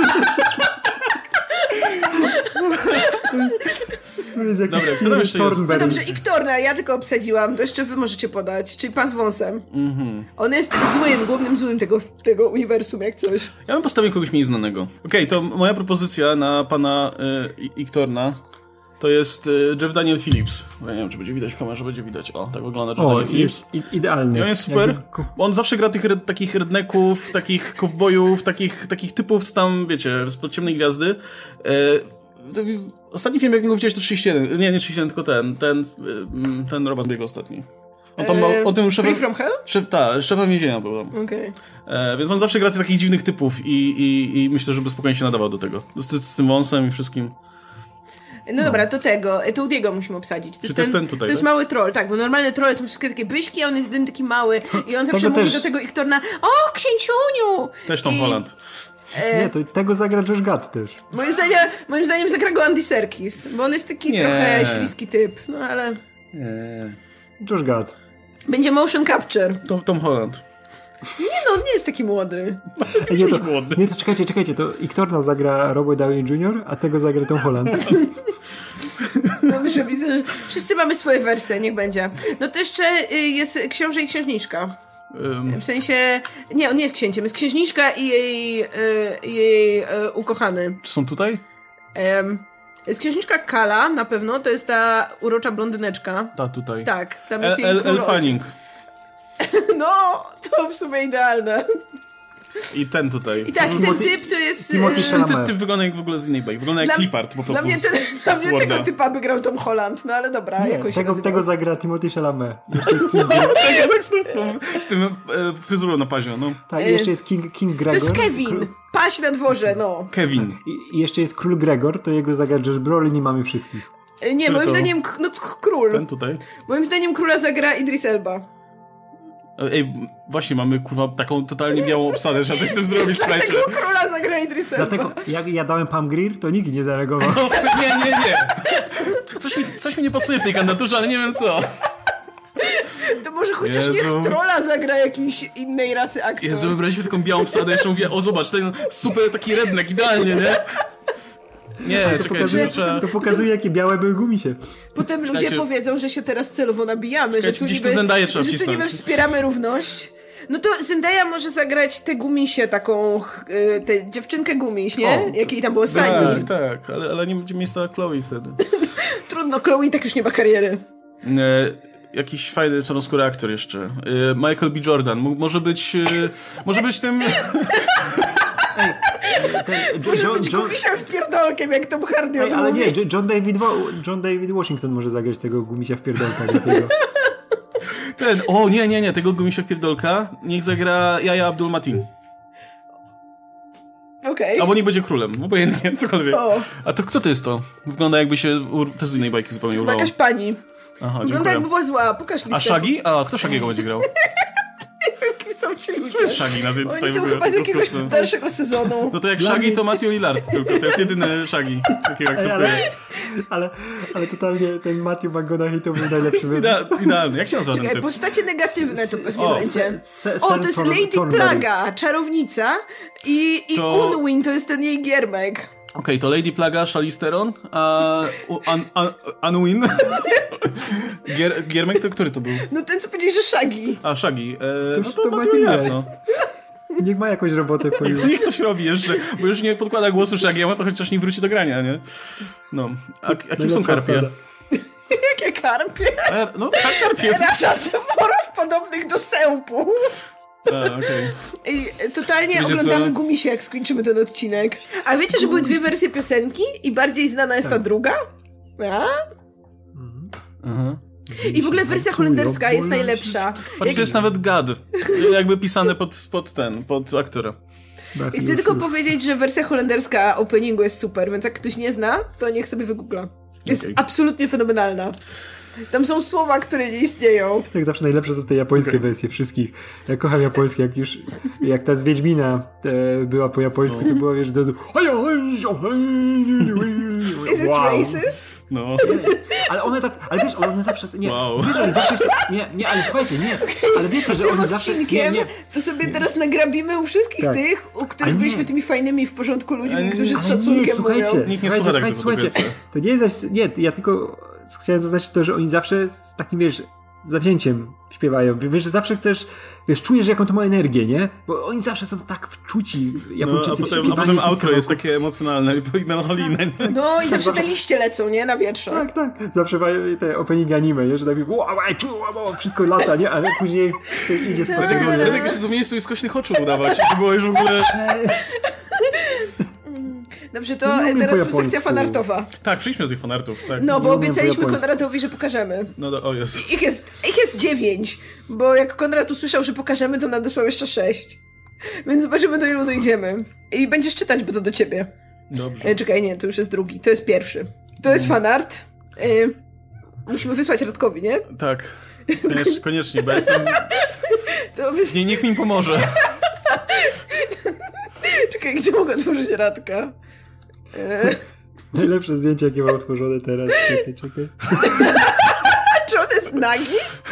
To jest jakiś Dobra, kto tam jeszcze jest? No dobrze, Iktorna, ja tylko obsadziłam, to jeszcze wy możecie podać, czyli pan z wąsem. On jest złym, głównym złym tego uniwersum, jak coś. Ja bym postawił kogoś mniej znanego. Okej, to moja propozycja na pana Iktorna to jest Jeff Daniel Phillips. Ja nie wiem, czy będzie widać w kamerze, będzie widać. O, tak wygląda Jeff Daniel Phillips. jest idealny. I on jest super. On zawsze gra takich rednecków, takich cowboyów, takich typów z tam, wiecie, spod Ciemnej Gwiazdy. Ostatni film, jak go widziałeś, to 31. Nie 31, tylko ten Roba zbiegł ostatni. On tam o tym Free From Hell? Szefem więzienia był tam. Okej. Więc on zawsze gra takich dziwnych typów i myślę, że spokojnie się nadawał do tego. Z tym wąsem i wszystkim. No dobra, to Woody'ego musimy obsadzić. Czy to jest ten tutaj, To jest tak? mały troll, tak, bo normalne trolle są wszystkie takie byśki, a on jest jeden taki mały i on zawsze mówi też. do tego Iktorna: o, księciuniu! Też Tom I Holland. Nie, to tego zagra Josh Gad też. Moim zdaniem zagra go Andy Serkis, bo on jest taki Nie. trochę śliski typ, no ale Josh Gad. będzie motion capture. Tom Holland. Nie no, on nie jest taki młody. Nie, to czekajcie, to Iktorna zagra Robert Downey Jr., a tego zagra Tom Holland. Dobrze, widzę, że wszyscy mamy swoje wersje, niech będzie. No to jeszcze jest książę i księżniczka. W sensie, nie, on nie jest księciem, jest księżniczka i jej ukochany. Czy są tutaj? Jest księżniczka Kala, na pewno, to jest ta urocza blondyneczka. Ta, tutaj. Tak, tam jest jej Elle król Fanning. ojciec. No, to w sumie idealne. I ten tutaj. I tak, i ten typ to jest... Ten typ wygląda jak w ogóle z innej bajki. Wygląda jak Clippard po prostu. Dla mnie tego typa by grał Tom Holland, no ale dobra, jakoś tego zagra Timothée Chalamet. Z tym fryzurą na pazie, no. Tak, i jeszcze jest King Gregor. To jest Kevin. Paź na dworze, no. Kevin. I jeszcze jest Król Gregor, to jego zagra Josh Brolin i mamy wszystkich. Nie, moim zdaniem król. Ten tutaj. Moim zdaniem króla zagra Idris Elba. Ej, właśnie mamy kurwa taką totalnie białą obsadę, że coś z tym zrobić, słuchajcie. Dlatego króla zagra Idris Elba. Dlatego jak ja dałem Pam Grier, to nikt nie zareagował. Nie. Coś mi nie pasuje w tej kandydaturze, ale nie wiem co. To może chociaż niech trolla zagra jakiejś innej rasy aktor. Jezu, wybraliśmy taką białą obsadę, jeszcze mówię, o zobacz, ten super taki redneck, idealnie, nie? Nie, to pokazuje, jakie białe były gumisie. Potem ludzie powiedzą, że się teraz celowo nabijamy, że tu niby wspieramy równość. No to Zendaya może zagrać tę gumisie, taką, tę dziewczynkę gumiś, nie? Jakiej tam było Sunny. Tak, ale nie będzie miejsca Chloe wtedy. Trudno, Chloe tak już nie ma kariery. Jakiś fajny czarnoskóry aktor jeszcze. Michael B. Jordan. Może być tym... Może być gumisia wpierdolkiem, jak Tom Hardy odmówi. Ale nie, John David Washington może zagrać tego gumisia wpierdolka. Nie, tego gumisia wpierdolka niech zagra Yahya Abdul-Mateen. Okej. Albo nie będzie królem, obojętnie, cokolwiek. A to kto to jest to? Wygląda jakby się też z innej bajki zupełnie urwało. Jakaś pani. Aha, wygląda jakby była zła, pokaż listę. A Shaggy? A kto Shaggy'ego będzie grał? Kim są ci ludzie? To jest Shaggy na tym. Oni są chyba z jakiegoś dalszego sezonu. No to jak Shaggy to Matthew Lillard tylko, to jest jedyny Shaggy, jakiego akceptuję. Ale totalnie ten Matthew McConaughey to był najlepszy idealny. Jak się nazywa ten typ? Postacie negatywne to pewnie będzie. To jest Lady Plaga, czarownica i Unwin to jest ten jej giermek. Okej, to Lady Plaga, Charlize Theron, a Unwin. Giermek to który to był? No ten, co powiedziałeś, że Shaggy. A, Shaggy. To Matthew Lillard, no. Niech ma jakąś robotę w Hollywood. Niech coś robi jeszcze, bo już nie podkłada głosu Shaggy'emu, to chociaż nie wróci do grania, nie? No. A kim są karpie? Jakie karpie? No, karpie. Rasa sworów podobnych do sępu. Okay. I totalnie oglądamy gumisie, jak skończymy ten odcinek. A wiecie, że były dwie wersje piosenki i bardziej znana jest ta druga? I w ogóle wersja holenderska jest najlepsza. Patrz, to jest nawet gad. Jakby pisane pod aktora. I chcę tylko powiedzieć, że wersja holenderska openingu jest super, więc jak ktoś nie zna, to niech sobie wygoogla. Jest absolutnie fenomenalna. Tam są słowa, które nie istnieją. Jak zawsze najlepsze są te japońskie wersje wszystkich. Ja kocham japońskie, jak ta z Wiedźmina była po japońsku, to była, wiesz, to Is it racist? No. Ale one tak, ale wiesz, one zawsze, nie, wiesz, one zawsze, nie, ale słuchajcie, nie, ale wiecie, że one zawsze, nie, to sobie teraz nagrabimy u wszystkich tych, u których byliśmy tymi fajnymi w porządku ludźmi, którzy z szacunkiem mówią. Słuchajcie, to nie jest, ja tylko chciałem zaznaczyć to, że oni zawsze z takim, wiesz, zawzięciem śpiewają. Wiesz, że zawsze czujesz, jaką to ma energię, nie? Bo oni zawsze są tak wczuci, Japończycy. A potem outro jest takie emocjonalne i melancholijne. Nie? No i zawsze te liście lecą, nie? Na wietrze. Tak. Zawsze te opening anime, nie? Że tak wszystko lata, nie? Ale później idzie spacerować. Dlatego się zupełnie sobie skośnych oczu udawać, żeby było już w ogóle... Dobrze, to teraz sekcja fanartowa. Tak, przyjdźmy do tych fanartów. Tak. No, bo obiecaliśmy Konradowi, że pokażemy. No, o Jezu. Ich jest 9, bo jak Konrad usłyszał, że pokażemy, to nadesłał jeszcze 6. Więc zobaczymy, do ilu dojdziemy. I będziesz czytać, bo to do ciebie. Dobrze. Czekaj, nie, to już jest drugi. To jest pierwszy. To jest fanart. Musimy wysłać Radkowi, nie? Tak. Koniecznie, bo ja jestem... Niech mi pomoże. Czekaj, gdzie mogę otworzyć Radka? Najlepsze zdjęcie, jakie mam otworzone teraz. Czekaj. Czy on jest nagi?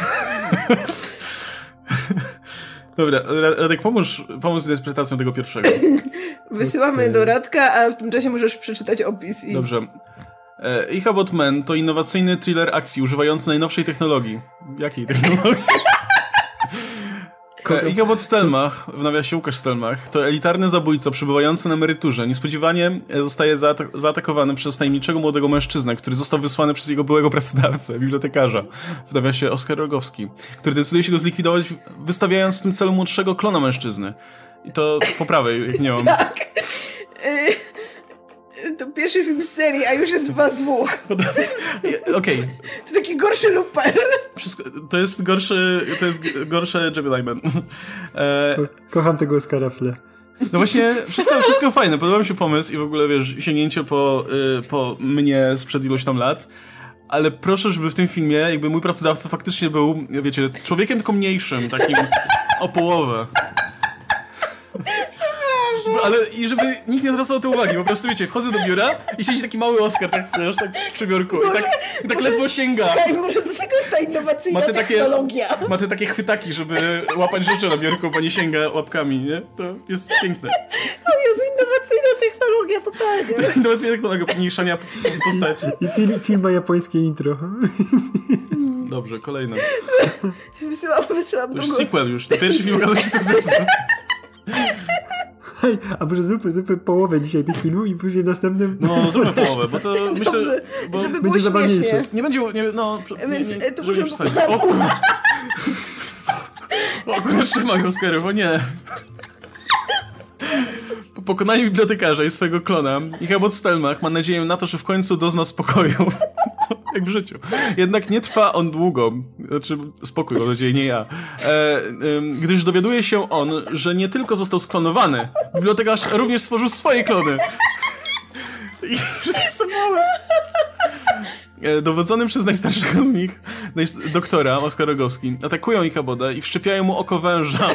Dobra, Radek, pomóż z interpretacją tego pierwszego. Wysyłamy do Radka, a w tym czasie możesz przeczytać opis. Dobrze. Ichabod Man to innowacyjny thriller akcji używający najnowszej technologii. Jakiej technologii? Ichabod Stelmach, w nawiasie Łukasz Stelmach, to elitarny zabójca przebywający na emeryturze. Niespodziewanie zostaje zaatakowany przez tajemniczego młodego mężczyznę, który został wysłany przez jego byłego pracodawcę, bibliotekarza, w nawiasie Oskar Rogowski, który decyduje się go zlikwidować, wystawiając w tym celu młodszego klona mężczyzny. I to po prawej, jak nie mam. Tak. To pierwszy film z serii, a już jest 2 z 2. Okej. To taki gorszy Looper. To jest gorsze Gemini Man. Kocham tego Oscara w tle. No właśnie, wszystko fajne, podoba mi się pomysł i w ogóle, wiesz, sięgnięcie po mnie sprzed iluś tam lat, ale proszę, żeby w tym filmie jakby mój pracodawca faktycznie był, wiecie, człowiekiem tylko mniejszym, takim o połowę. Ale i żeby nikt nie zwracał na to uwagi, po prostu wiecie, wchodzę do biura i siedzi taki mały Oskar, tak przy biurku i tak ledwo sięga. Może do tego jest ta innowacyjna technologia. Ma te takie chwytaki, żeby łapać rzeczy na biurku, bo nie sięga łapkami, nie? To jest piękne. O Jezu, innowacyjna technologia totalnie. Innowacyjna technologia pomniejszania postaci. I film ma japońskie intro. Dobrze, kolejne. Wysyłam To już sequel już, to pierwszy film okazał się sukcesem. Hej, a może zróbmy połowę dzisiaj tych filmów i później w następnym... No, zróbmy połowę, bo to myślę, że... Bo żeby będzie było śmiesznie. zabawniejsze. Nie będzie, no... Więc tu żeby muszę... przesadzić. O kurwa! O kurwa, trzymaj Oscarów, o nie! Po pokonaniu bibliotekarza i swojego klona, Ichabod Stelmach ma nadzieję na to, że w końcu dozna spokoju. Jak w życiu. Jednak nie trwa on długo. Znaczy, spokój, mam nadzieję, nie ja. Gdyż dowiaduje się on, że nie tylko został sklonowany, bibliotekarz również stworzył swoje klony. I wszystkie są małe. Dowodzonym przez najstarszego z nich, doktora, Oskar Rogowski, atakują Ichaboda i wszczepiają mu oko węża.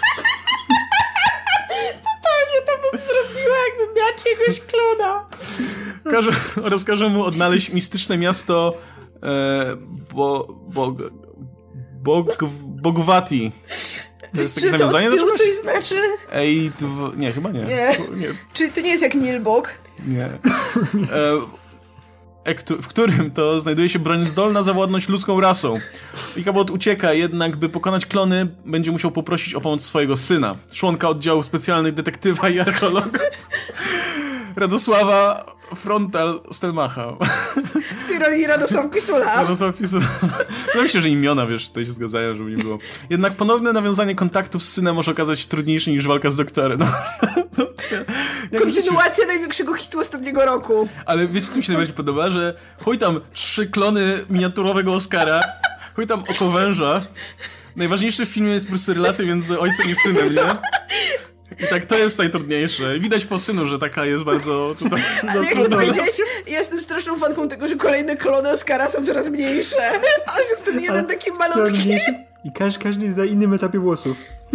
Zrobiła, jakbym miała czyjegoś klona. Oraz każe mu odnaleźć mistyczne miasto Bogwati. To jest takie nawiązanie do czegoś? Coś znaczy? Nie, chyba nie. Nie. Czy to nie jest jak Nilbog? Nie. W którym to znajduje się broń zdolna zawładnąć ludzką rasą. Ichabod ucieka, jednak by pokonać klony, będzie musiał poprosić o pomoc swojego syna, członka oddziału specjalnych detektywa i archeologa Radosława Frontal Stelmacha. W tej roli Radosław Pisula. Radosław Pisula. No myślę, że imiona, wiesz, tutaj się zgadzają, żeby nie było. Jednak ponowne nawiązanie kontaktów z synem może okazać się trudniejsze niż walka z doktorem. Kontynuacja największego hitu ostatniego roku. Ale wiecie, co mi się najbardziej podoba? Że chuj tam 3 klony miniaturowego Oscara, chuj tam oko węża. Najważniejsze w filmie jest po prostu relacja między ojcem i synem, nie? I tak to jest najtrudniejsze. Widać po synu, że taka jest bardzo... Ale jak to powiedzieć, ja jestem straszną fanką tego, że kolejne klony Oscara są coraz mniejsze. Aż jest ten jeden taki malutki. I każdy jest na innym etapie włosów.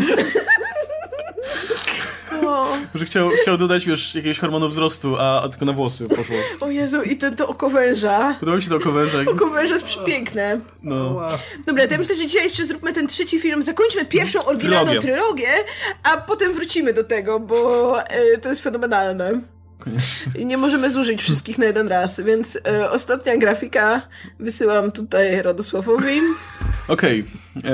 Że chciał dodać, wiesz, jakiegoś hormonu wzrostu, a tylko na włosy poszło. O Jezu, i to oko węża. Podoba mi się to oko węża. Oko węża jest przepiękne. No. Dobra, to ja myślę, że dzisiaj jeszcze zróbmy ten trzeci film, zakończmy pierwszą oryginalną trylogię, a potem wrócimy do tego, bo to jest fenomenalne. Koniecznie. I nie możemy zużyć wszystkich na jeden raz, więc ostatnia grafika wysyłam tutaj Radosławowi. Okej.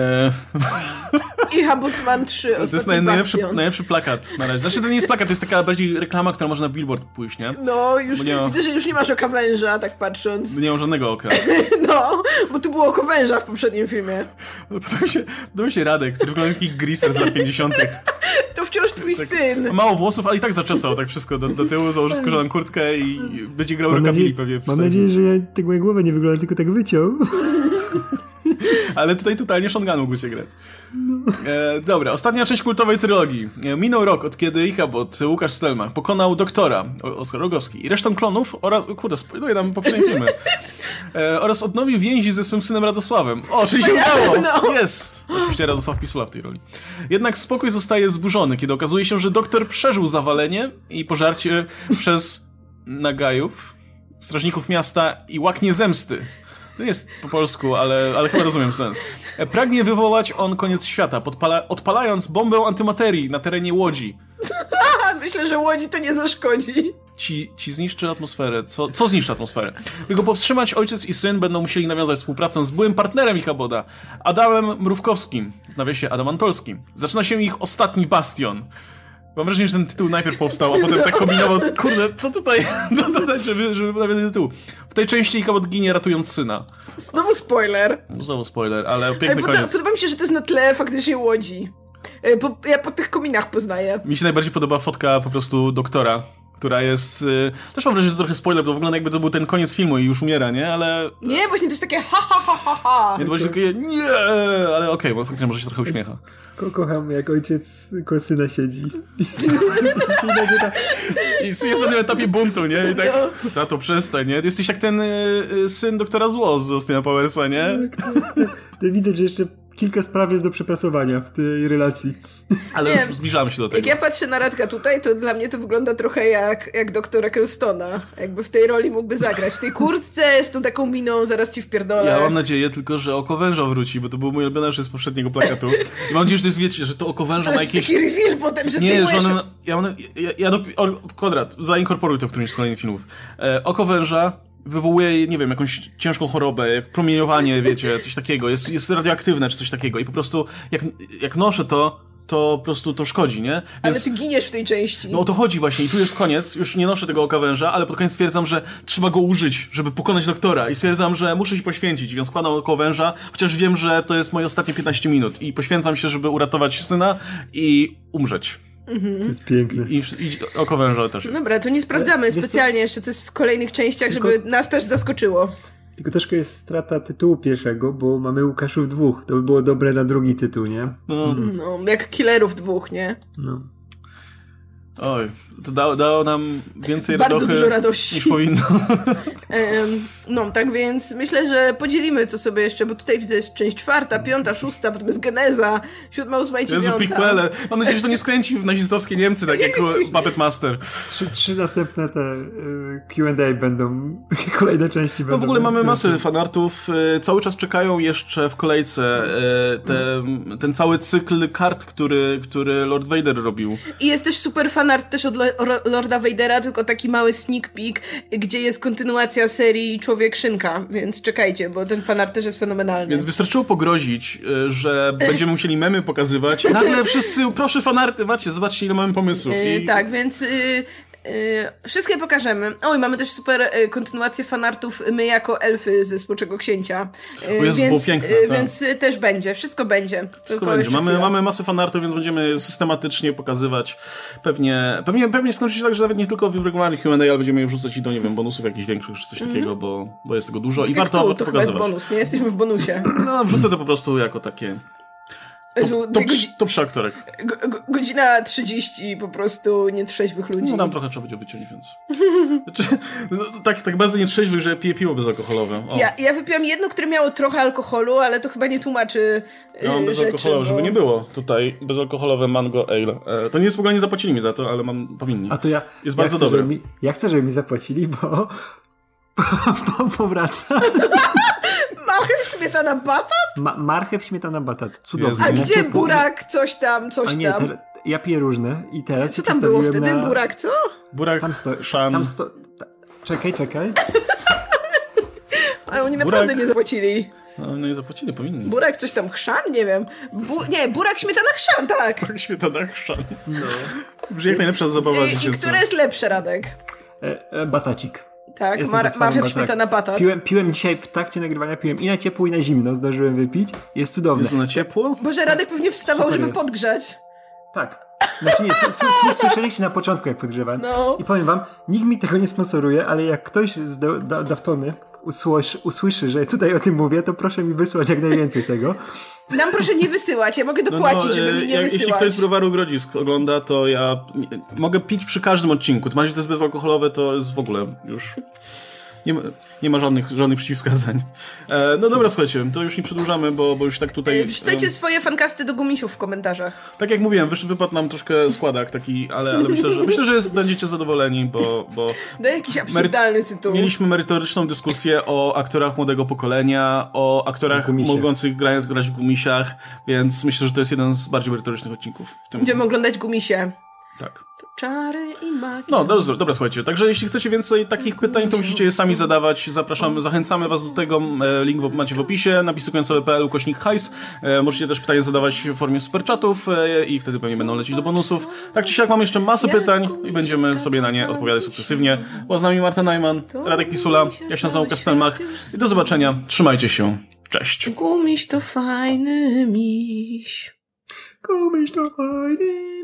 I Habutman 3, to jest najlepszy plakat na razie. Znaczy to nie jest plakat, to jest taka bardziej reklama, która może na billboard pójść, nie? No, już widzę, że już nie masz oka węża, tak patrząc. Nie mam żadnego oka. No, bo tu było oko węża w poprzednim filmie. No, podoba się Radek, który wygląda jak taki greaser z lat 50. To wciąż twój syn. Mało włosów, ale i tak zaczesał tak wszystko do tyłu, założy skórzaną kurtkę i będzie grał rockabilly pewnie. Mam nadzieję, że tak moja głowa nie wygląda, tylko tak wyciął. Ale tutaj totalnie shotgun mógł się grać. No. Dobra, ostatnia część kultowej trylogii. Minął rok, od kiedy Ichabod, Łukasz Stelmach, pokonał doktora, Oskar Rogowski, i resztę klonów oraz... Kurde, spoiluję nam poprzednie filmy. Oraz odnowił więzi ze swym synem Radosławem. O, czyli się udało! No. Jest! Oczywiście Radosław Pisula w tej roli. Jednak spokój zostaje zburzony, kiedy okazuje się, że doktor przeżył zawalenie i pożarcie przez nagajów, strażników miasta i łaknie zemsty. To nie jest po polsku, ale chyba rozumiem sens. Pragnie wywołać on koniec świata, odpalając bombę antymaterii na terenie Łodzi. Myślę, że Łodzi to nie zaszkodzi. Ci zniszczy atmosferę. Co zniszczy atmosferę? By go powstrzymać, ojciec i syn będą musieli nawiązać współpracę z byłym partnerem Ichaboda, Adamem Mrówkowskim, w nawiasie Adam Antolskim. Zaczyna się ich ostatni bastion. Mam wrażenie, że ten tytuł najpierw powstał, a potem tak kombinował, kurde, co tutaj dodać, żeby nawiązać tytuł. W tej części Ichabod ginie, ratując syna. Znowu spoiler. Znowu spoiler, ale piękny koniec. Podoba mi się, że to jest na tle faktycznie Łodzi. Ja po tych kominach poznaję. Mi się najbardziej podoba fotka po prostu doktora, która jest... też mam wrażenie, że to trochę spoiler, bo wygląda jakby to był ten koniec filmu i już umiera, nie? Ale... Nie, właśnie to jest takie ha, ha, ha, ha, ha. Nie, to właśnie takie nie, ale okej, bo faktycznie może się trochę uśmiecha. Kocham, jak ojciec koło syna siedzi. I jest na tym etapie buntu, nie? I tak, tato, przestań, nie? Ty jesteś jak ten syn doktora Zło z Austina Powersa, nie? To widać, że jeszcze kilka spraw jest do przepracowania w tej relacji. Ale już zbliżamy się do tego. Jak ja patrzę na Radka tutaj, to dla mnie to wygląda trochę jak doktor Ecclestona. Jakby w tej roli mógłby zagrać. W tej kurtce, z tą taką miną, zaraz ci wpierdolę. Ja mam nadzieję tylko, że Oko Węża wróci, bo to był mój ulubiony rzecz z poprzedniego plakatu. I mam nadzieję, że to jest, wiecie, że to Oko Węża ma jakieś... taki reveal potem, że Nie, że Konrad, zainkorporuj to w którymś z kolejnych filmów. Oko Węża wywołuje, nie wiem, jakąś ciężką chorobę, jak promieniowanie, wiecie, coś takiego, jest radioaktywne czy coś takiego i po prostu jak noszę to po prostu to szkodzi, nie? Więc, ale ty giniesz w tej części. No o to chodzi właśnie i tu jest koniec, już nie noszę tego Oka Węża, ale pod koniec stwierdzam, że trzeba go użyć, żeby pokonać doktora i stwierdzam, że muszę się poświęcić, więc składam Oko Węża, chociaż wiem, że to jest moje ostatnie 15 minut i poświęcam się, żeby uratować syna i umrzeć. To jest piękne. I Oko Węża też jest. Dobra, to nie sprawdzamy specjalnie jeszcze, co jest w kolejnych częściach, żeby nas też zaskoczyło. Tylko troszkę jest strata tytułu pierwszego, bo mamy Łukaszów 2. To by było dobre na drugi tytuł, nie? No, jak Killerów 2, nie? No. Oj, to dało nam więcej bardzo dużo radości niż powinno. No, tak więc myślę, że podzielimy to sobie jeszcze, bo tutaj widzę jest część 4, 5, 6, potem jest Geneza, 7, 8 i 9. Jezu, prequele. Mam nadzieję, że to nie skręci w nazistowskie Niemcy, tak jak Puppet Master. Trzy następne te Q&A będą, kolejne części będą. No w ogóle mamy masę fanartów, cały czas czekają jeszcze w kolejce ten cały cykl kart, który Lord Vader robił. I jest też super fanart też od Lorda Vadera, tylko taki mały sneak peek, gdzie jest kontynuacja serii Człowiek-Szynka, więc czekajcie, bo ten fanart też jest fenomenalny. Więc wystarczyło pogrozić, że będziemy musieli memy pokazywać. Nagle wszyscy, proszę fanarty, zobaczcie ile mamy pomysłów. Tak, więc... wszystkie pokażemy. Oj, mamy też super kontynuację fanartów My jako elfy ze Smoczego Księcia. Było piękne, tak. Więc też będzie. Wszystko będzie. Wszystko będzie. Mamy masę fanartów, więc będziemy systematycznie pokazywać. Pewnie skończy się tak, że nawet nie tylko w regularnych Q&A, ale będziemy je wrzucać i do, nie wiem, bonusów jakichś większych, czy coś takiego, bo jest tego dużo i warto to pokazywać. Chyba jest bonus, nie? Jesteśmy w bonusie. No, wrzucę to po prostu jako takie... Top 3 aktorek. Godzina 30 po prostu nietrzeźwych ludzi. No tam trochę trzeba będzie wyciąć, więc... tak bardzo nietrzeźwych, że piję piwo bezalkoholowe. Ja wypiłam jedno, które miało trochę alkoholu, ale to chyba nie tłumaczy ja mam bezalkoholowe, żeby nie było tutaj. Bezalkoholowe mango ale. To nie jest w ogóle, nie zapłacili mi za to, ale powinni. A to jest bardzo dobre. Ja chcę, żeby mi zapłacili, bo powraca. Marchew, śmietana, batat? Marchew, śmietana, batat. Cudownie. A gdzie burak, coś tam? Ja piję różne i teraz... Co tam było wtedy? Burak, co? Burak, szan... Czekaj. Ale oni naprawdę nie zapłacili. No nie zapłacili, powinni. Burak, coś tam, chrzan? Nie wiem. Burak, śmietana, chrzan, tak. Burak, śmietana, chrzan. No. Brzmi jak najlepsza zabawa dziecięca. I które jest lepsze, Radek? Batacik. Tak, marchew, śmietana, batat. Piłem dzisiaj w trakcie nagrywania, piłem i na ciepło, i na zimno. Zdążyłem wypić. Jest cudowne. Jest na ciepło? Boże, Radek pewnie wstawał, super żeby jest. podgrzać. Tak. Znaczy nie, słyszeliście na początku, jak podgrzewałem. No. I powiem wam, nikt mi tego nie sponsoruje, ale jak ktoś z Daftony usłyszy, że tutaj o tym mówię, to proszę mi wysłać jak najwięcej tego. Nam proszę nie wysyłać, ja mogę dopłacić, żeby mi nie wysyłać. Jeśli ktoś z Browaru Grodzisk ogląda, to ja mogę pić przy każdym odcinku. To że to jest bezalkoholowe, to jest w ogóle już... Nie ma żadnych przeciwwskazań. No dobra, słuchajcie, to już nie przedłużamy, bo już tak tutaj... Wrzucajcie swoje fankasty do gumisiów w komentarzach. Tak jak mówiłem, wypadł nam troszkę składak taki, ale myślę, że będziecie zadowoleni, bo Daj jakiś absurdalny tytuł. Mieliśmy merytoryczną dyskusję o aktorach młodego pokolenia, o aktorach mogących grać w gumisiach, więc myślę, że to jest jeden z bardziej merytorycznych odcinków. Będziemy oglądać gumisie. Tak. Czary i magia. No, dobra, słuchajcie. Także jeśli chcecie więcej takich pytań, to musicie je sami zadawać. Zachęcamy was do tego. Link macie w opisie. Napisy końcowe.pl /hajs. Możecie też pytania zadawać w formie superchatów i wtedy pewnie będą lecieć do bonusów. Tak czy siak mam jeszcze masę pytań i będziemy sobie na nie odpowiadać sukcesywnie. Była z nami Marta Najman, Radek Pisula, ja się nazywam Kastelmach i do zobaczenia. Trzymajcie się. Cześć. Gumiś to fajny miś. Komm ich doch rein.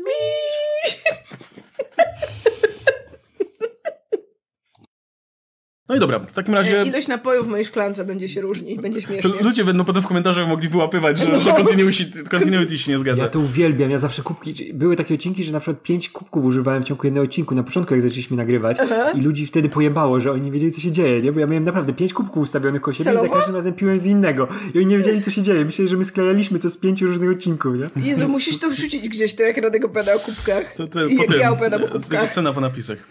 No i dobra, w takim razie... Ilość napojów w mojej szklance będzie się różnić, będzie śmiesznie. Ludzie będą potem w komentarzach mogli wyłapywać, że continuity się nie zgadza. Ja to uwielbiam, ja zawsze kubki... Były takie odcinki, że na przykład 5 kubków używałem w ciągu jednego odcinku, na początku jak zaczęliśmy nagrywać i ludzi wtedy pojebało, że oni nie wiedzieli co się dzieje, nie? Bo ja miałem naprawdę 5 kubków ustawionych koło siebie i za każdym razem piłem z innego. I oni nie wiedzieli co się dzieje. Myśleli, że my sklejaliśmy to z 5 różnych odcinków, nie? Jezu, musisz to wrzucić gdzieś, to jak Radek opowiada o kubkach. To I jak ja opowiadam o kubkach. Będzie scena po napisach.